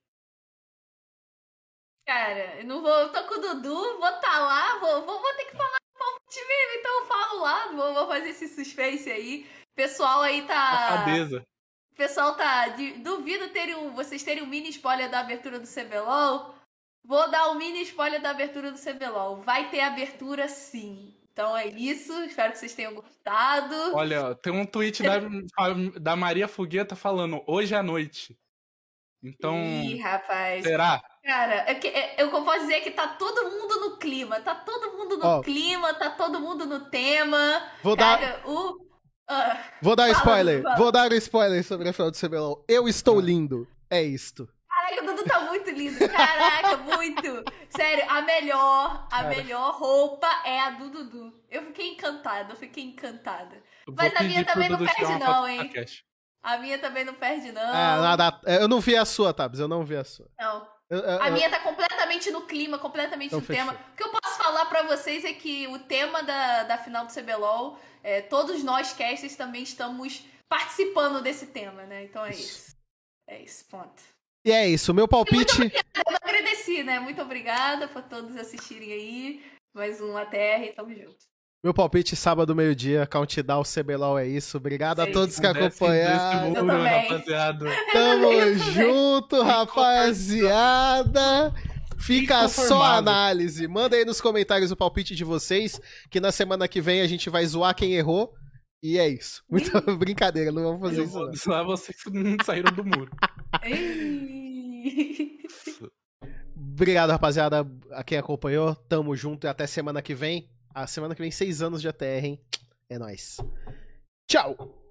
Cara, eu não vou. Eu tô com o Dudu, vou tá lá, vou ter que falar com o palpite mesmo, então eu falo lá, vou fazer esse suspense aí. Pessoal aí tá. Safadeza. Pessoal tá. Duvido vocês terem um mini spoiler da abertura do CBLOL. Vou dar um mini spoiler da abertura do CBLOL. Vai ter abertura sim. Então é isso. Espero que vocês tenham gostado. Olha, tem um tweet da Maria Fogueta falando hoje à noite. Então. Ih, rapaz. Será? Cara, eu posso dizer que tá todo mundo no clima. Tá todo mundo no clima, tá todo mundo no tema. Vou Cara, Vou dar Fala, spoiler. Dudu, fala. Vou dar spoiler sobre a final do CBLOL. Eu estou lindo. É isto. Caraca, o Dudu tá muito lindo. Caraca, muito. Sério, a melhor roupa é a do Dudu. Eu fiquei encantada. Mas a minha também não perde não, hein? A minha também não perde não. Eu não vi a sua, Tabs. Eu não vi a sua. Não. A minha tá completamente no clima, completamente Então no fechou. tema. O que eu posso falar pra vocês é que o tema da final do CBLOL, todos nós casters também estamos participando desse tema, né? Então é isso. É isso, ponto. E é isso, meu palpite. Eu não agradeci, né? Muito obrigada por todos assistirem aí. Mais um ATR, tamo junto. Meu palpite, sábado, meio-dia, countdown, CBLOL, é isso. Obrigado a todos que acompanharam. Muro, rapaziada. Tamo junto, rapaziada. Fica só a análise. Manda aí nos comentários o palpite de vocês, que na semana que vem a gente vai zoar quem errou. E é isso. Muita brincadeira, não vamos fazer isso não. Só vocês não saíram do muro. Obrigado, rapaziada, a quem acompanhou. Tamo junto e até semana que vem. A semana que vem, 6 anos de ATR, hein? É nóis. Tchau!